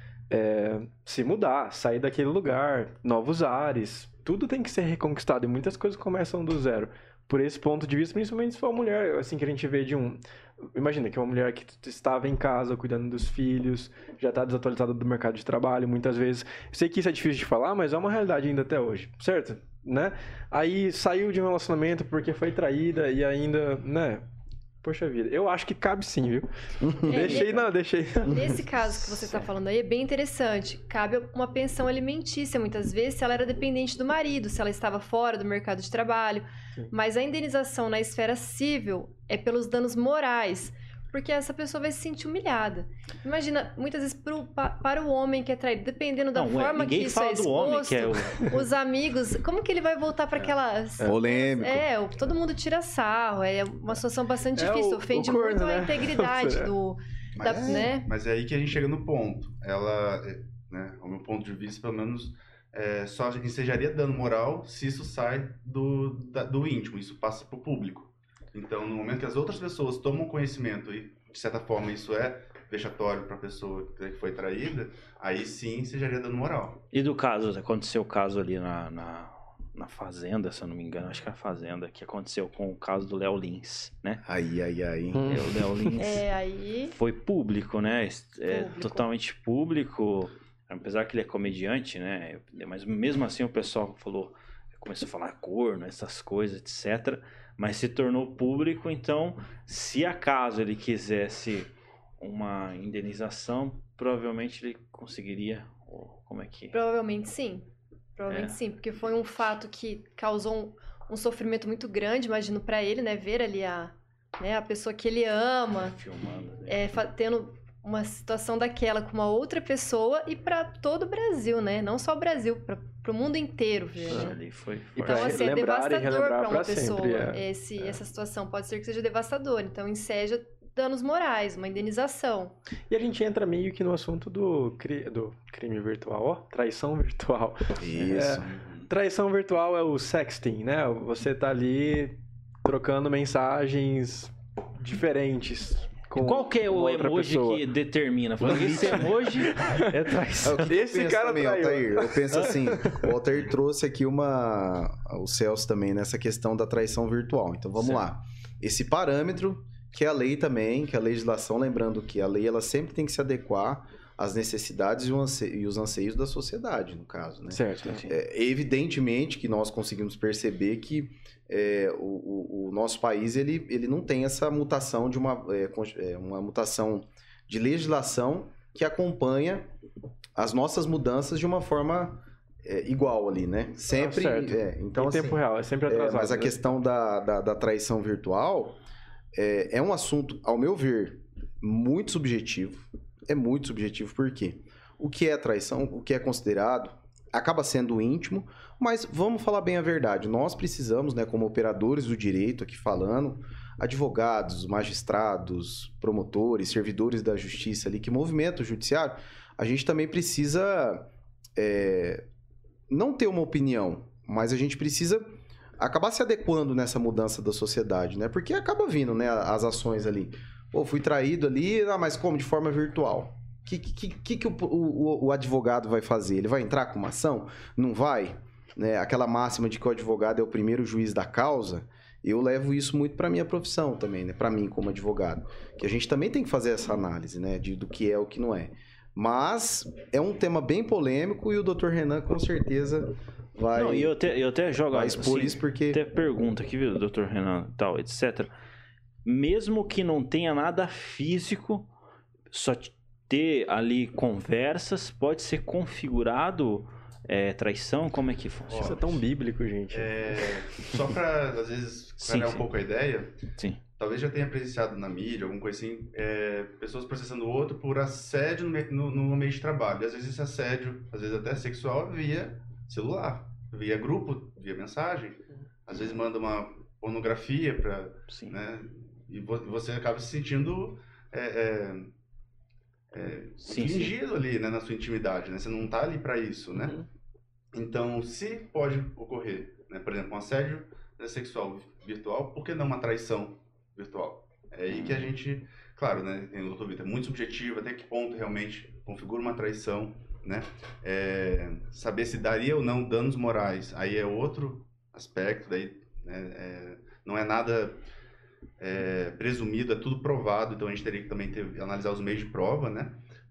é, se mudar, sair daquele lugar, novos ares, tudo tem que ser reconquistado e muitas coisas começam do zero. Por esse ponto de vista, principalmente se for uma mulher, assim, que a gente vê de um... Imagina que uma mulher que estava em casa cuidando dos filhos, já está desatualizada do mercado de trabalho, muitas vezes. Eu sei que isso é difícil de falar, mas é uma realidade ainda até hoje, certo? Né? Aí saiu de um relacionamento porque foi traída e ainda, né? Poxa vida, eu acho que cabe sim, viu? deixei, não, deixei. Nesse caso que você está falando aí, é bem interessante. Cabe uma pensão alimentícia, muitas vezes, se ela era dependente do marido, se ela estava fora do mercado de trabalho. Sim. Mas a indenização na esfera civil é pelos danos morais, porque essa pessoa vai se sentir humilhada. Imagina, muitas vezes pro, pa, para o homem que é traído, dependendo da Não, forma ninguém que isso fala é do exposto, homem, que é o... os amigos, como que ele vai voltar para aquelas... Polêmico. É, o- todo mundo tira sarro, é uma situação bastante É difícil, o- ofende o corno, muito né? a integridade É. do... Mas, da- né? mas é aí que a gente chega no ponto. Ela, é, né, ao meu ponto de vista, pelo menos, é, só ensejaria dano moral se isso sai do, da- do íntimo, isso passa para o público. Então, no momento que as outras pessoas tomam conhecimento e, de certa forma, isso é vexatório para a pessoa que foi traída, aí sim ensejaria dano moral. E do caso, aconteceu o caso ali na, na, na Fazenda, se eu não me engano, acho que é a Fazenda, que aconteceu com o caso do Léo Lins, né? Ai, ai, ai. Hum. É, o Léo Lins É, aí... foi público, né? É Público. totalmente público, apesar que ele é comediante, né? Mas mesmo assim o pessoal falou, começou a falar corno, essas coisas, etcétera. Mas se tornou público, então, se acaso ele quisesse uma indenização, provavelmente ele conseguiria, ou como é que... Provavelmente sim. Provavelmente É. sim, porque foi um fato que causou um, um sofrimento muito grande, imagino, pra ele, né? Ver ali a, né, a pessoa que ele ama, Filmando, né? é, fa- tendo uma situação daquela com uma outra pessoa e pra todo o Brasil, né? Não só o Brasil, pra, pro mundo inteiro ver, Isso né? ali foi E forte. pra Então, assim, é lembrarem e devastador relembrar pra uma pra pessoa sempre, é. esse, essa situação. Pode ser que seja devastador. Então, enseja danos morais, uma indenização. E a gente entra meio que no assunto do, cri... do crime virtual, ó, traição virtual. Isso. Traição virtual é o sexting, né? Você tá ali trocando mensagens diferentes com Qual que é o outra emoji pessoa. que determina? Falando que esse emoji é É traição. o que Esse eu penso cara também, traiu. Altair. Eu penso assim, o Altair trouxe aqui uma... O Celso também nessa questão da traição virtual. Então, vamos Certo. lá. Esse parâmetro, que é a lei também, que é a legislação, lembrando que a lei ela sempre tem que se adequar às necessidades e o anse- e os anseios da sociedade, no caso, né? Certo. Sim. É, evidentemente que nós conseguimos perceber que é, o, o- o nosso país ele, ele não tem essa mutação de uma, é, con- é, uma mutação de legislação que acompanha as nossas mudanças de uma forma é, igual ali, né? Sempre. certo. é, então, em assim, tempo real, é sempre é, atrasado. mas a né? questão da, da, da traição virtual é, é um assunto, ao meu ver, muito subjetivo. É muito subjetivo, por quê? o que é traição, o que é considerado, acaba sendo íntimo, mas vamos falar bem a verdade. Nós precisamos, né, como operadores do direito aqui falando, advogados, magistrados, promotores, servidores da justiça ali que movimentam o judiciário, a gente também precisa é, não ter uma opinião, mas a gente precisa acabar se adequando nessa mudança da sociedade, né? Porque acaba vindo, né, as ações ali. Pô, fui traído ali, ah, mas como? De forma virtual. O que, que, que, que o, o, o advogado vai fazer? Ele vai entrar com uma ação? Não vai? Né? Aquela máxima de que o advogado é o primeiro juiz da causa, eu levo isso muito para minha profissão também, né? Para mim como advogado. Que a gente também tem que fazer essa análise, né? De, do que é o que não é. Mas é um tema bem polêmico e o doutor Renan com certeza vai... Não, e eu até, eu até jogo vai expor assim, isso porque... até pergunta aqui, viu, doutor Renan, tal, etcétera. Mesmo que não tenha nada físico, só ter ali conversas, pode ser configurado é, traição? Como é que funciona? Isso é tão bíblico, gente. É, só para, às vezes, clarear um pouco a ideia, sim. Talvez já tenha presenciado na mídia, alguma coisa assim, é, pessoas processando o outro por assédio no, no, no meio de trabalho. E às vezes esse assédio, às vezes até sexual, via celular, via grupo, via mensagem. Às vezes manda uma pornografia para... Né, e você acaba se sentindo é, é, é, sim, infligido sim. ali, né, na sua intimidade, né? Você não está ali para isso, né? Uhum. Então, se pode ocorrer, né, por exemplo, um assédio sexual virtual, por que não uma traição virtual? É aí que a gente, claro, né, tem o doutor Vitor, é muito subjetivo, até que ponto realmente configura uma traição, né? É, saber se daria ou não danos morais, aí é outro aspecto, daí, né, é, não é nada é, presumido, é tudo provado, então a gente teria que também ter, analisar os meios de prova, né?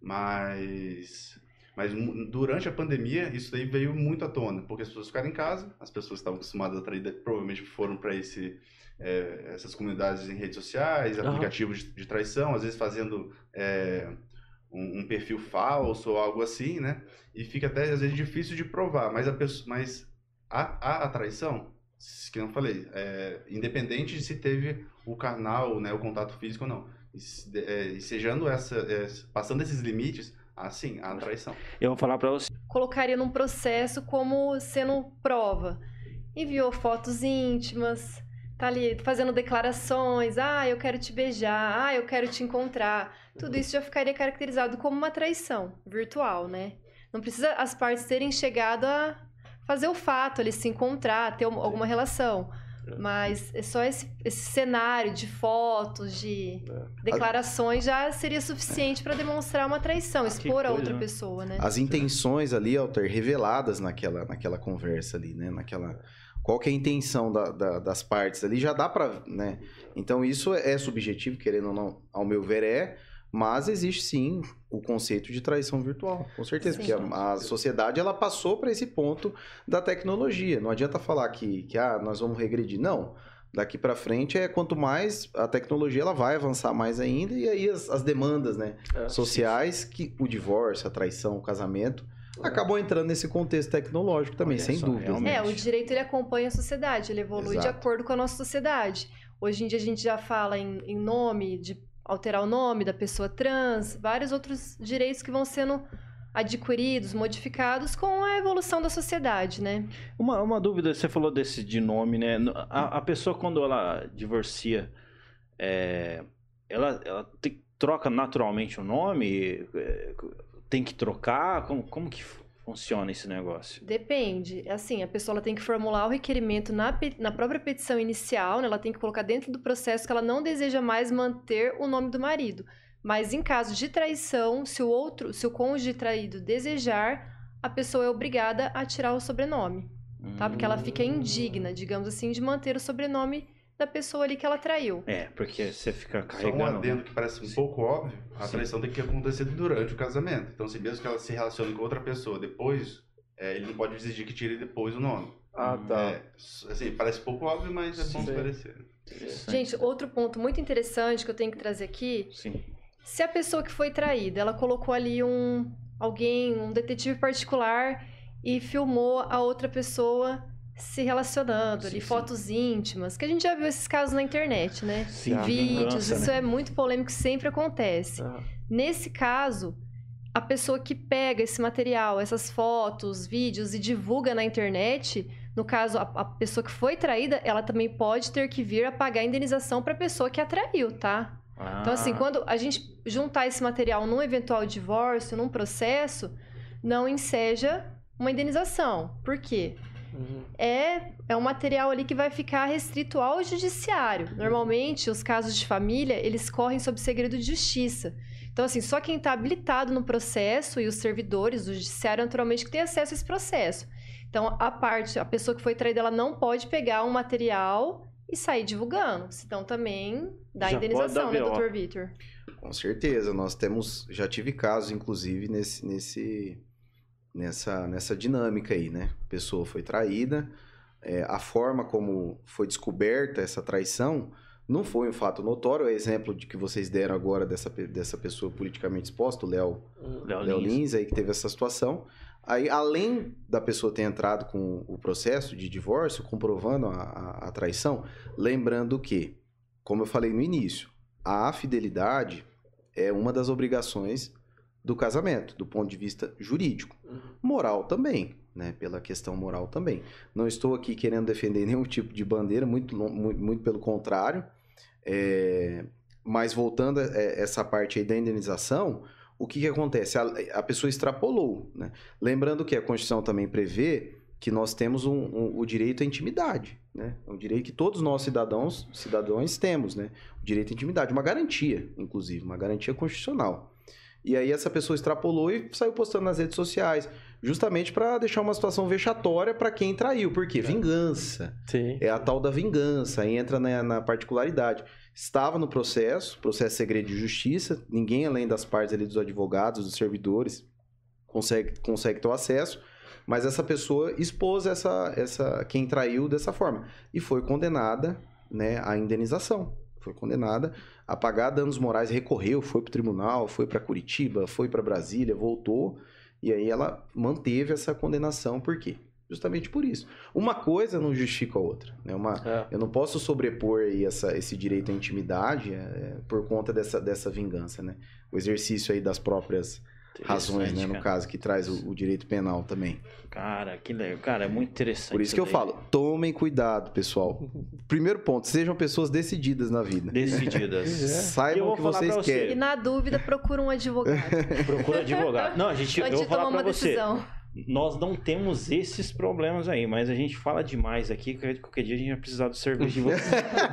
Mas... Mas durante a pandemia, isso daí veio muito à tona, porque as pessoas ficaram em casa, as pessoas que estavam acostumadas a trair provavelmente foram para esse, é, essas comunidades em redes sociais, uhum. aplicativos de, de traição, às vezes fazendo é, um, um perfil falso ou algo assim, né? E fica até, às vezes, difícil de provar, mas a, pessoa, mas a, a, a traição, que eu falei, é, independente de se teve o carnal, né, o contato físico ou não, e, é, e sejando essa, é, passando esses limites, ah, sim, a traição. Eu vou falar pra você. Colocaria num processo como sendo prova. Enviou fotos íntimas, tá ali fazendo declarações, ah, eu quero te beijar, ah, eu quero te encontrar. Tudo isso já ficaria caracterizado como uma traição virtual, né? Não precisa as partes terem chegado a fazer o fato, eles se encontrar, ter alguma relação. Mas é só esse, esse cenário de fotos, de declarações já seria suficiente para demonstrar uma traição, expor a outra pessoa, né? As intenções ali, Alter, reveladas naquela, naquela conversa ali, né? Naquela... Qual que é a intenção da, da, das partes ali, já dá para, né? Então isso é subjetivo, querendo ou não, ao meu ver é, mas existe sim o conceito de traição virtual, com certeza, sim, porque a, a sociedade ela passou para esse ponto da tecnologia. Não adianta falar que, que ah, nós vamos regredir, não. Daqui para frente é quanto mais a tecnologia ela vai avançar mais ainda e aí as, as demandas, né, é, sociais, sim. que o divórcio, a traição, o casamento é. acabam entrando nesse contexto tecnológico também, Olha sem só, dúvida. É, o direito ele acompanha a sociedade, ele evolui Exato. de acordo com a nossa sociedade. Hoje em dia a gente já fala em, em nome de alterar o nome da pessoa trans, vários outros direitos que vão sendo adquiridos, modificados com a evolução da sociedade, né? Uma, uma dúvida, você falou desse de nome, né? A, a pessoa, quando ela divorcia, é, ela, ela te, troca naturalmente o nome? Tem que trocar? Como, como que funciona esse negócio? Depende. Assim, a pessoa ela tem que formular o requerimento na, na própria petição inicial, né? Ela tem que colocar dentro do processo que ela não deseja mais manter o nome do marido. Mas em caso de traição, se o outro, se o cônjuge traído desejar, a pessoa é obrigada a tirar o sobrenome, hum. tá? Porque ela fica indigna, digamos assim, de manter o sobrenome da pessoa ali que ela traiu. É, porque você fica carregando... Só um adendo que parece um Sim. pouco óbvio, a Sim. traição tem que acontecer durante o casamento. Então, se mesmo que ela se relacione com outra pessoa depois, é, ele não pode exigir que tire depois o nome. Ah, tá. É, assim, parece pouco óbvio, mas é bom esclarecer. Gente, outro ponto muito interessante que eu tenho que trazer aqui... Sim. Se a pessoa que foi traída, ela colocou ali um alguém, um detetive particular e filmou a outra pessoa se relacionando, sim, ali, sim. fotos íntimas, que a gente já viu esses casos na internet, né? Sim, Vídeos, vingança, isso né? é muito polêmico, sempre acontece. Ah. Nesse caso, a pessoa que pega esse material, essas fotos, vídeos e divulga na internet, no caso, a, a pessoa que foi traída, ela também pode ter que vir a pagar a indenização para a pessoa que a traiu, tá? Ah. Então, assim, quando a gente juntar esse material num eventual divórcio, num processo, não enseja uma indenização. Por quê? Uhum. É, é um material ali que vai ficar restrito ao judiciário. Normalmente, os casos de família, eles correm sob segredo de justiça. Então, assim, só quem está habilitado no processo e os servidores do judiciário, naturalmente, que tem acesso a esse processo. Então, a parte, a pessoa que foi traída, ela não pode pegar um material e sair divulgando. Senão, também dá Já indenização, pode né, dar doutor Vitor? Com certeza, nós temos, já tive casos, inclusive, nesse, nesse, nessa, nessa dinâmica aí, né? A pessoa foi traída, é, a forma como foi descoberta essa traição não foi um fato notório, é o exemplo de que vocês deram agora dessa, dessa pessoa politicamente exposta, o Léo Léo Lins, aí que teve essa situação. Aí, além da pessoa ter entrado com o processo de divórcio, comprovando a, a, a traição, lembrando que, como eu falei no início, a fidelidade é uma das obrigações do casamento, do ponto de vista jurídico. Moral também, né? Pela questão moral também. Não estou aqui querendo defender nenhum tipo de bandeira, muito, muito, muito pelo contrário. É... Mas voltando a essa parte aí da indenização, o que, que acontece? A, a pessoa extrapolou, né? Lembrando que a Constituição também prevê que nós temos um, um, o direito à intimidade, né? É um direito que todos nós cidadãos, cidadãos temos, né? O direito à intimidade, uma garantia, inclusive, uma garantia constitucional. E aí essa pessoa extrapolou e saiu postando nas redes sociais, justamente para deixar uma situação vexatória para quem traiu. Por quê? Vingança. Sim. É a tal da vingança, aí entra na, na particularidade. Estava no processo, processo segredo de justiça, ninguém além das partes ali dos advogados, dos servidores, consegue, consegue ter o acesso, mas essa pessoa expôs essa, essa, quem traiu dessa forma e foi condenada, né, à indenização. Foi condenada a pagar danos morais, recorreu, foi para o tribunal, foi para Curitiba, foi para Brasília, voltou, e aí ela manteve essa condenação. Por quê? Justamente por isso. Uma coisa não justifica a outra. Né? Uma, é. Eu não posso sobrepor aí essa, esse direito à intimidade é, por conta dessa, dessa vingança. Né? O exercício aí das próprias razões, né? No caso, que traz o, o direito penal também. Cara, que legal. Cara, é muito interessante. Por isso, isso que daí. Eu falo, tomem cuidado, pessoal. Primeiro ponto, sejam pessoas decididas na vida. Decididas. Saibam o que vocês você. querem. E na dúvida, procura um advogado. Procura advogado. Não, a gente, eu vou falar pra você. Decisão. Nós não temos esses problemas aí, mas a gente fala demais aqui, que qualquer dia a gente vai precisar do serviço de vocês.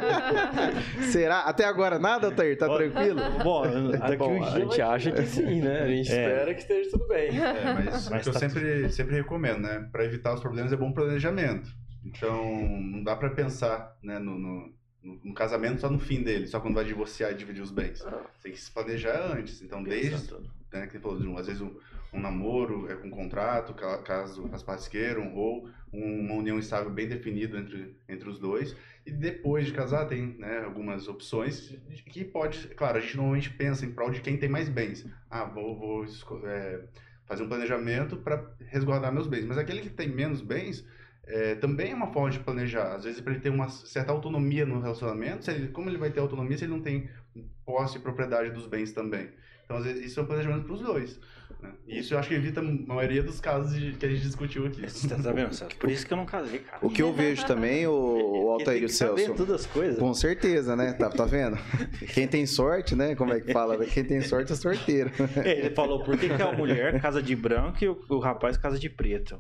Será? Até agora nada, Altair? Tá tranquilo? Bom, daqui bom, um a dia... gente acha que sim, né? A gente é. espera que esteja tudo bem. É, mas, mas o que tá eu sempre, sempre recomendo, né? Para evitar os problemas é bom planejamento. Então, não dá para pensar, né, no, no, no casamento só no fim dele, só quando vai divorciar e dividir os bens. Tem que se planejar antes. Então, desde... Né, que você falou, às vezes um, um namoro é com um contrato, caso as partes queiram, ou uma união estável bem definida entre, entre os dois. E depois de casar tem, né, algumas opções que pode... Claro, a gente normalmente pensa em prol de quem tem mais bens. Ah, vou, vou é, fazer um planejamento para resguardar meus bens. Mas aquele que tem menos bens... É, também é uma forma de planejar. Às vezes, para ele ter uma certa autonomia no relacionamento, se ele, como ele vai ter autonomia se ele não tem posse e propriedade dos bens também? Então, às vezes, isso é um planejamento para os dois. Né? E isso eu acho que evita a maioria dos casos de, que a gente discutiu aqui. Você tá vendo, Celso? Por isso que eu não casei, cara. O que eu vejo também, o, o Altair e o Celso... todas as coisas. Com certeza, né? Tá, tá vendo? Quem tem sorte, né? Como é que fala? Quem tem sorte é sorteiro. É, ele falou, por que, que a mulher casa de branco e o, o rapaz casa de preto?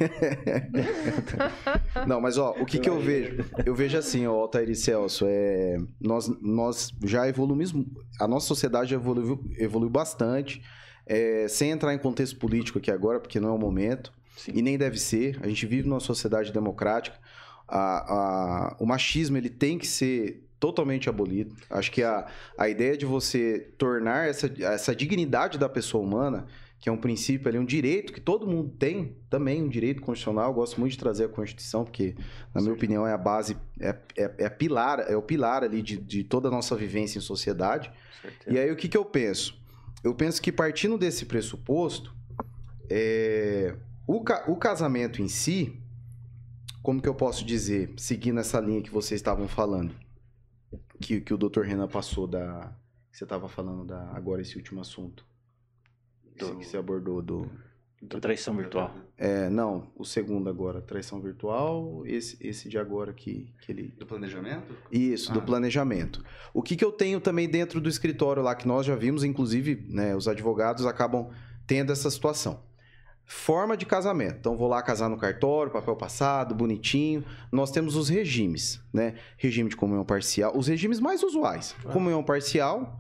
Não, mas ó, o que que eu vejo? Eu vejo assim, ó, Altair e Celso, é, nós, nós já evoluímos, a nossa sociedade evoluiu, evoluiu bastante, é, sem entrar em contexto político aqui agora, porque não é o momento, Sim. e nem deve ser. A gente vive numa sociedade democrática, a, a, o machismo ele tem que ser totalmente abolido. Acho que a, a ideia de você tornar essa, essa dignidade da pessoa humana, que é um princípio ali, um direito que todo mundo tem, também um direito constitucional. Eu gosto muito de trazer a Constituição, porque, na minha opinião, é a base, é, é, é, a pilar, é o pilar ali de, de toda a nossa vivência em sociedade. Certeza. E aí, o que, que eu penso? Eu penso que, partindo desse pressuposto, é, o, ca, o casamento em si, como que eu posso dizer, seguindo essa linha que vocês estavam falando, que, que o doutor Renan passou da... que você estava falando da, agora, esse último assunto. Do- que você abordou do... Da traição virtual. É, não, o segundo agora, traição virtual, esse, esse de agora que, que ele... Do planejamento? Isso, do Ah. planejamento. O que, que eu tenho também dentro do escritório lá, que nós já vimos, inclusive, né, os advogados acabam tendo essa situação. Forma de casamento. Então, vou lá casar no cartório, papel passado, bonitinho. Nós temos os regimes, né? Regime de comunhão parcial, os regimes mais usuais. Comunhão parcial,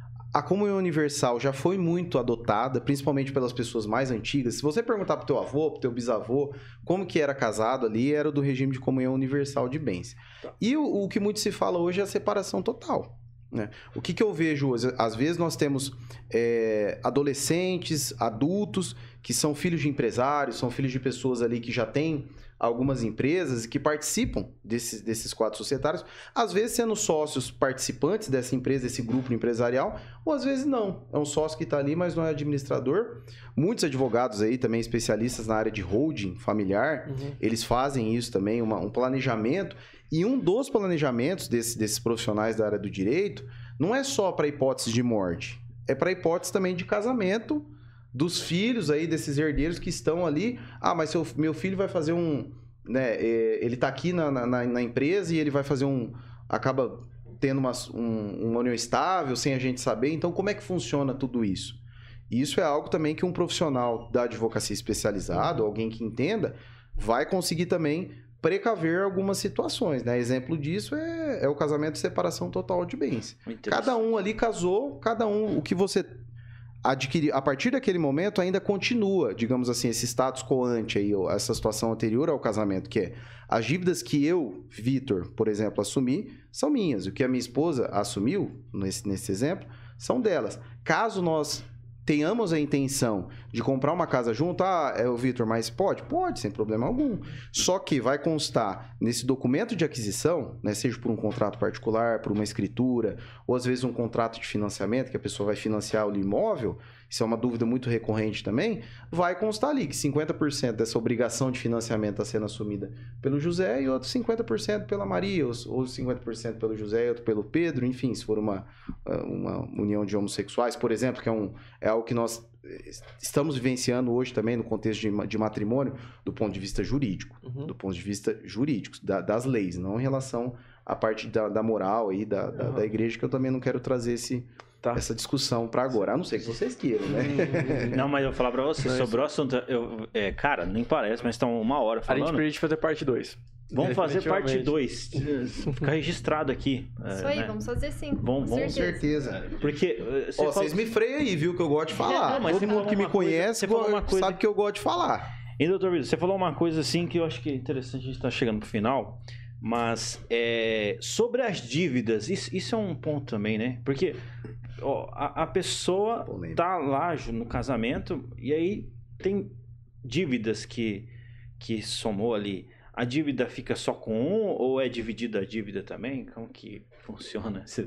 a comunhão universal já foi muito adotada, principalmente pelas pessoas mais antigas. Se você perguntar pro teu avô, pro teu bisavô, como que era casado ali, era do regime de comunhão universal de bens. E o, o que muito se fala hoje é a separação total. Né? O que, que eu vejo hoje? Às vezes nós temos é, adolescentes, adultos, que são filhos de empresários, são filhos de pessoas ali que já têm algumas empresas e que participam desses, desses quadros societários, às vezes sendo sócios participantes dessa empresa, desse grupo empresarial, ou às vezes não. É um sócio que está ali, mas não é administrador. Muitos advogados aí também, especialistas na área de holding familiar, Uhum. eles fazem isso também, uma, um planejamento. E um dos planejamentos desse, desses profissionais da área do direito não é só para hipótese de morte, é para hipótese também de casamento dos filhos aí, desses herdeiros que estão ali. Ah, mas seu, meu filho vai fazer um... Né, é, ele está aqui na, na, na empresa e ele vai fazer um... Acaba tendo uma, um, uma união estável, sem a gente saber. Então, como é que funciona tudo isso? Isso é algo também que um profissional da advocacia especializado, alguém que entenda, vai conseguir também precaver algumas situações, né? Exemplo disso é, é o casamento de separação total de bens. Cada um ali casou, cada um, o que você adquirir, a partir daquele momento ainda continua, digamos assim, esse status quo ante aí, essa situação anterior ao casamento, que é as dívidas que eu, Vitor, por exemplo, assumi, são minhas. O que a minha esposa assumiu, nesse, nesse exemplo, são delas. Caso nós tenhamos a intenção de comprar uma casa junto, ah, é o Vitor, mas pode? Pode, sem problema algum. Só que vai constar nesse documento de aquisição, né, seja por um contrato particular, por uma escritura, ou às vezes um contrato de financiamento, que a pessoa vai financiar o imóvel, isso é uma dúvida muito recorrente também, vai constar ali que cinquenta por cento dessa obrigação de financiamento está sendo assumida pelo José e outros cinquenta por cento pela Maria, ou, ou cinquenta por cento pelo José e outro pelo Pedro, enfim, se for uma, uma união de homossexuais, por exemplo, que é, um, é algo que nós estamos vivenciando hoje também no contexto de, de matrimônio, do ponto de vista jurídico, Uhum. do ponto de vista jurídico, da, das leis, não em relação à parte da, da moral aí, da, da, Uhum. da igreja, que eu também não quero trazer esse... Tá. essa discussão para agora, a não ser que vocês queiram, né? Não, mas eu vou falar pra você, Não, sobre o assunto, eu, é, cara, nem parece, mas estão uma hora A falando. gente precisa fazer parte dois. Vamos fazer parte Definitivamente. dois. Ficar registrado aqui. Isso é, aí, né? vamos fazer sim. Vamos- com vamos- certeza. certeza. Porque uh, você Ó, falou- vocês me freiam aí, viu? Que eu gosto de falar. Não, mas Todo você mundo falou que me uma coisa- conhece você falou uma go- coisa- sabe que eu gosto de falar. E, doutor Vitor, você falou uma coisa assim que eu acho que é interessante, a gente tá chegando pro final, mas é, sobre as dívidas, isso, isso é um ponto também, né? Porque ó, a, a pessoa Polêmico. tá lá ju- no casamento e aí tem dívidas que, que somou ali. A dívida fica só com um ou é dividida a dívida também? Como que funciona? Você-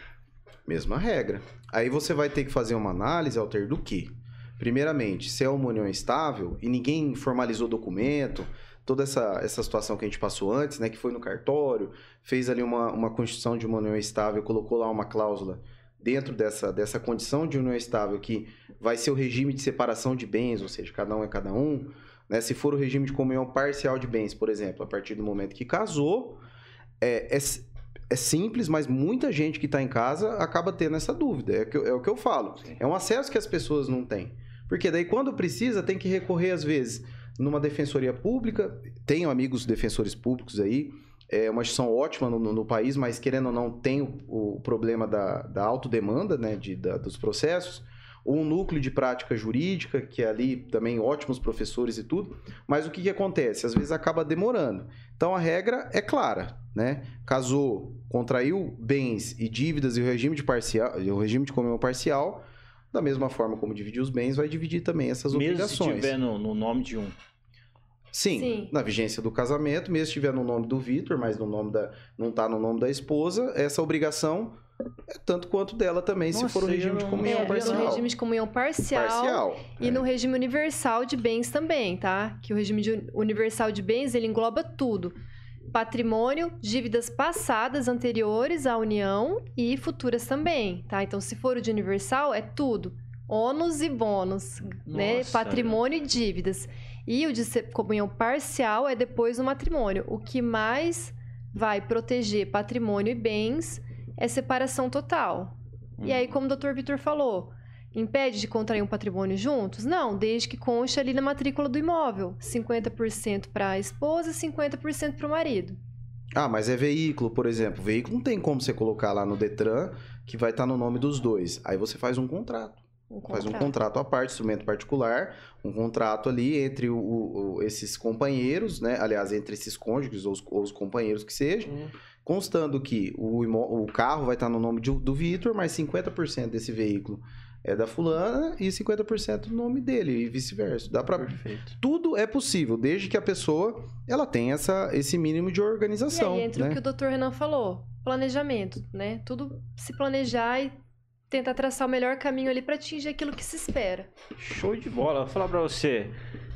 Mesma regra. Aí você vai ter que fazer uma análise, Alter, do quê? Primeiramente, se é uma união estável e ninguém formalizou documento, toda essa, essa situação que a gente passou antes, né, que foi no cartório, fez ali uma, uma constituição de uma união estável, colocou lá uma cláusula dentro dessa, dessa condição de união estável que vai ser o regime de separação de bens, ou seja, cada um é cada um, né? Se for o regime de comunhão parcial de bens, por exemplo, a partir do momento que casou, é, é, é simples, mas muita gente que está em casa acaba tendo essa dúvida. É, o que eu- é o que eu falo. É um acesso que as pessoas não têm. Porque daí, quando precisa, tem que recorrer, às vezes, numa defensoria pública. Tenho amigos defensores públicos aí. É uma instituição ótima no, no- no país, mas, querendo ou não, tem o, o problema da, da autodemanda, né, de, da, dos processos. Ou um núcleo de prática jurídica, que é ali também ótimos professores e tudo. Mas o que, que acontece? Às vezes acaba demorando. Então, a regra é clara, né? Casou, contraiu bens e dívidas e o regime de parcial, e o regime de comunhão parcial, da mesma forma como dividir os bens, vai dividir também essas Mesmo se obrigações. tiver no, no nome de um. Sim, Sim. na vigência do casamento, mesmo se estiver no nome do Vitor, mas no nome da, não está no nome da esposa, essa obrigação é tanto quanto dela também, Nossa, se for o regime eu de não- comunhão É, no parcial. regime de comunhão parcial, Parcial, e é. no regime universal de bens também, tá? Que o regime de universal de bens, ele engloba tudo. Patrimônio, dívidas passadas anteriores à união e futuras também, tá? Então, se for o de universal, é tudo. ônus e bônus, né? Nossa, Patrimônio e dívidas. E o de se- comunhão parcial é depois do matrimônio. O que mais vai proteger patrimônio e bens é separação total. E aí, como o doutor Vitor falou, impede de contrair um patrimônio juntos? Não, desde que conste ali na matrícula do imóvel. cinquenta por cento para a esposa e cinquenta por cento para o marido. Ah, mas é veículo, por exemplo. Veículo não tem como você colocar lá no Detran que vai estar no nome dos dois. Aí você faz um contrato. Um Faz um contrato. contrato à parte, instrumento particular, um contrato ali entre o, o- o- esses companheiros, né? Aliás, entre esses cônjuges ou os, ou os companheiros que sejam, Hum. constando que o, imo- o carro vai estar no nome de- do Vitor, mas cinquenta por cento desse veículo é da fulana e cinquenta por cento no nome dele e vice-versa. Dá para Perfeito. tudo é possível, desde que a pessoa ela tenha essa, esse mínimo de E organização, aí entra né? o que o doutor Renan falou, planejamento, né? Tudo se planejar e tentar traçar o melhor caminho ali para atingir aquilo que se espera. Show de bola. Vou falar pra você.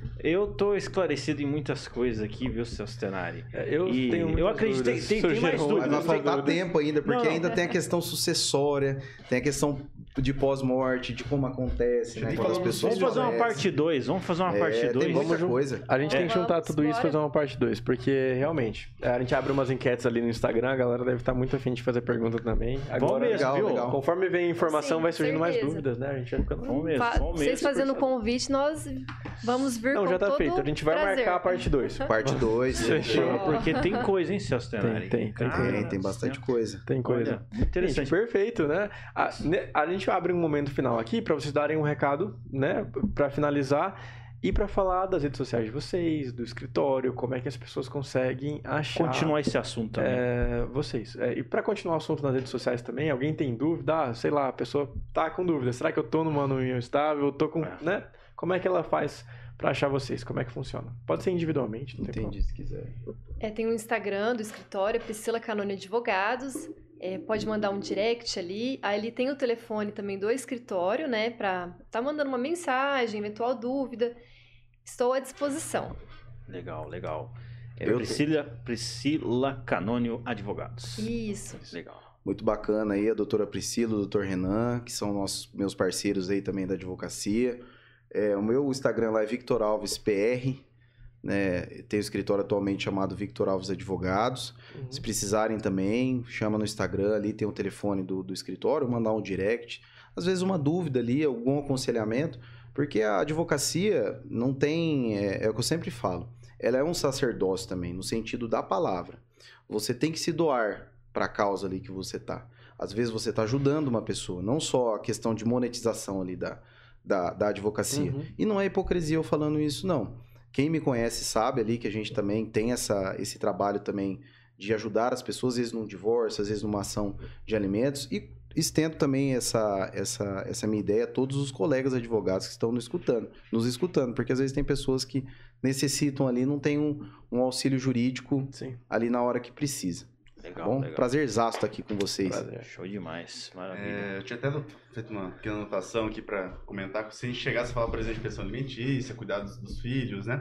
Eu tô esclarecido em muitas coisas aqui, viu, seu Stenari? É, Eu E tenho muitas eu acredito- tem- dúvidas. tem- tem mais Surgiram dúvidas, Mas vai muitas faltar dúvidas. tempo ainda, porque Não, não. ainda tem a questão sucessória, tem a questão de pós-morte, de como acontece, né? Nem Quando as falamos- pessoas Vamos fazer uma falecem. parte dois. Vamos fazer uma É, parte tem dois. muita Vamos coisa. A gente É. tem que juntar Vamos, tudo isso e bora. fazer uma parte dois, porque realmente, a gente abre umas enquetes ali no Instagram, a galera deve estar muito afim de fazer pergunta também. Agora, mesmo, legal, viu? legal. conforme vem informação, Sim, vai surgindo mais certeza. dúvidas, né? A gente vai ficando... Vamos mesmo, Fa- vamos Vocês mesmo. fazendo o convite, nós vamos vir Não, com já tá todo feito. A gente vai prazer. marcar a parte dois. Parte dois. Fechou. Porque tem coisa, hein, seu Stenari? Tem, tem, tem, Cara Tem, tem do bastante céu. coisa. Tem coisa. Olha, muito interessante. Gente, perfeito, né? A, ne- a gente abre um momento final aqui para vocês darem um recado, né? Para finalizar e para falar das redes sociais de vocês, do escritório, como é que as pessoas conseguem achar... Continuar esse assunto também. É, vocês. É, e para continuar o assunto nas redes sociais também, alguém tem dúvida? Ah, sei lá, a pessoa tá com dúvida. Será que eu tô numa união estável? Eu tô com, É. né? Como é que ela faz para achar vocês? Como é que funciona? Pode ser individualmente, não tem Entendi, se quiser. É, tem o Instagram do escritório, Priscila Canone Advogados. É, pode mandar um direct ali. Aí ele tem o telefone também do escritório, né? Pra tá mandando uma mensagem, eventual dúvida. Estou à disposição. Legal, legal. É Eu- Priscila, Priscila Canônio Advogados. Isso. Legal. Muito bacana aí a doutora Priscila, o doutor Renan, que são nossos, meus parceiros aí também da advocacia. É, o meu Instagram lá é Victor Alves P R, né? Tem um escritório atualmente chamado Victor Alves Advogados. Uhum. Se precisarem também, chama no Instagram ali, tem o telefone do, do escritório, mandar um direct. Às vezes uma dúvida ali, algum aconselhamento, porque a advocacia não tem, é, é o que eu sempre falo, ela é um sacerdócio também, no sentido da palavra. Você tem que se doar para a causa ali que você tá. Às vezes você está ajudando uma pessoa, não só a questão de monetização ali da, da, da advocacia. Uhum. E não é hipocrisia eu falando isso, não. Quem me conhece sabe ali que a gente também tem essa, esse trabalho também de ajudar as pessoas, às vezes num divórcio, às vezes numa ação de alimentos, e estendo também essa, essa, essa minha ideia a todos os colegas advogados que estão nos escutando, nos escutando, porque às vezes tem pessoas que necessitam ali, não tem um, um auxílio jurídico Sim, ali na hora que precisa. Tá Legal, bom? legal. Prazerzaço estar aqui com vocês. prazer. Show demais. Maravilha. É, eu tinha até feito uma pequena anotação aqui para comentar. Se a gente chegasse a falar, por exemplo, de pensão alimentícia, cuidados dos filhos, né?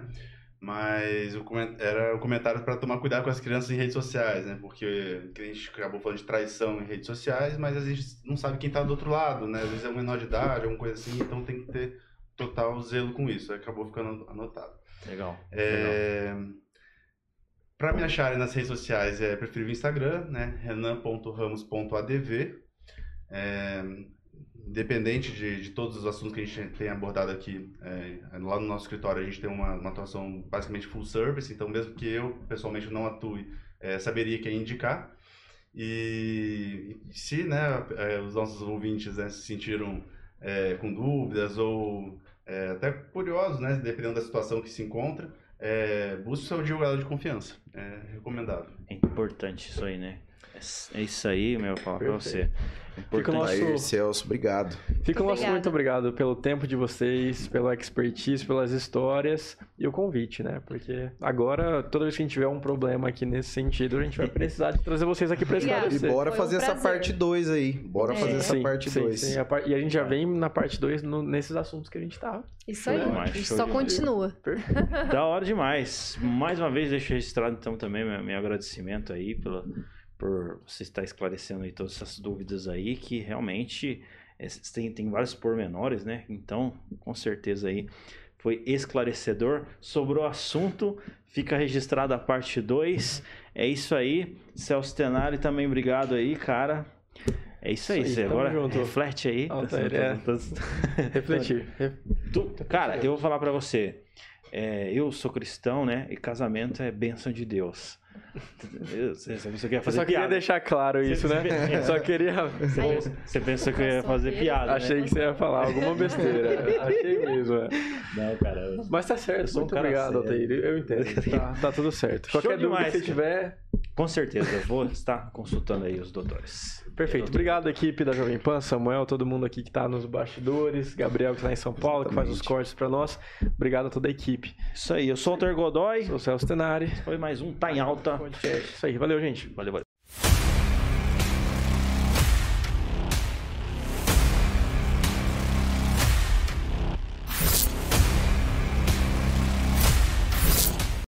Mas o coment- era o comentário para tomar cuidado com as crianças em redes sociais, né? Porque a gente acabou falando de traição em redes sociais, mas a gente não sabe quem está do outro lado, né? Às vezes é um menor de idade, alguma coisa assim, então tem que ter total zelo com isso. Acabou ficando anotado. Legal. legal. É... Para me acharem nas redes sociais, é preferível o Instagram, né? renan ponto ramos ponto a d v. É... Independente de, de todos os assuntos que a gente tem abordado aqui, é, lá no nosso escritório a gente tem uma, uma atuação basicamente full service, então mesmo que eu pessoalmente não atue, é, saberia quem indicar. E, e se, né, é, os nossos ouvintes, né, se sentiram é, com dúvidas ou é, até curiosos, né, dependendo da situação que se encontra, é, busque o seu advogado de confiança, é recomendável. É importante isso aí, né? É isso aí, meu, eu falo pra você. Perfeito. Fica o Importante. nosso- Aí, Celso, obrigado. Fica o nosso Obrigada. muito obrigado pelo tempo de vocês, pela expertise, pelas histórias e o convite, né? Porque agora, toda vez que a gente tiver um problema aqui nesse sentido, a gente vai precisar de trazer vocês aqui para Obrigada. E esclarecer. bora Foi um fazer essa prazer. parte dois aí. Bora É. fazer essa Sim, parte sim, dois. sim. A par- E a gente já vem na parte dois nesses assuntos que a gente tá. Isso aí. Demais, A gente show só de continua. Da hora demais. Mais uma vez, deixo registrado então também meu, meu agradecimento aí pela, por você estar esclarecendo aí todas essas dúvidas aí, que realmente é, tem, tem vários pormenores, né? Então, com certeza aí foi esclarecedor. Sobrou assunto, fica registrada a parte dois. É isso aí. Celso Tenari também, obrigado aí, cara. É isso aí, isso aí você agora junto. reflete aí. Altair, é. Refletir. Tu, cara, eu vou falar pra você. É, eu sou cristão, né? E casamento é bênção de Deus. Eu, você, você quer fazer eu só piada. queria deixar claro isso, né? Você, só queria... Você, pensa, você pensou que eu ia fazer piada, Achei né? que você ia falar alguma besteira. Achei mesmo, é. Não, cara. Eu... Mas tá certo. sou um Muito cara obrigado, sério. Altair. Eu entendo. Tá, tá tudo certo. Show Qualquer dúvida demais, que você tiver... Com certeza, eu vou estar consultando aí os doutores. Perfeito. Obrigado, equipe da Jovem Pan, Samuel, todo mundo aqui que tá nos bastidores, Gabriel que tá em São Paulo, Exatamente. que faz os cortes pra nós. Obrigado a toda a equipe. Isso aí, eu sou o Altair Godoy. Sou o Celso Tenari. Foi mais um Tá em Alta. Podcast. Isso aí, valeu, gente. Valeu, valeu.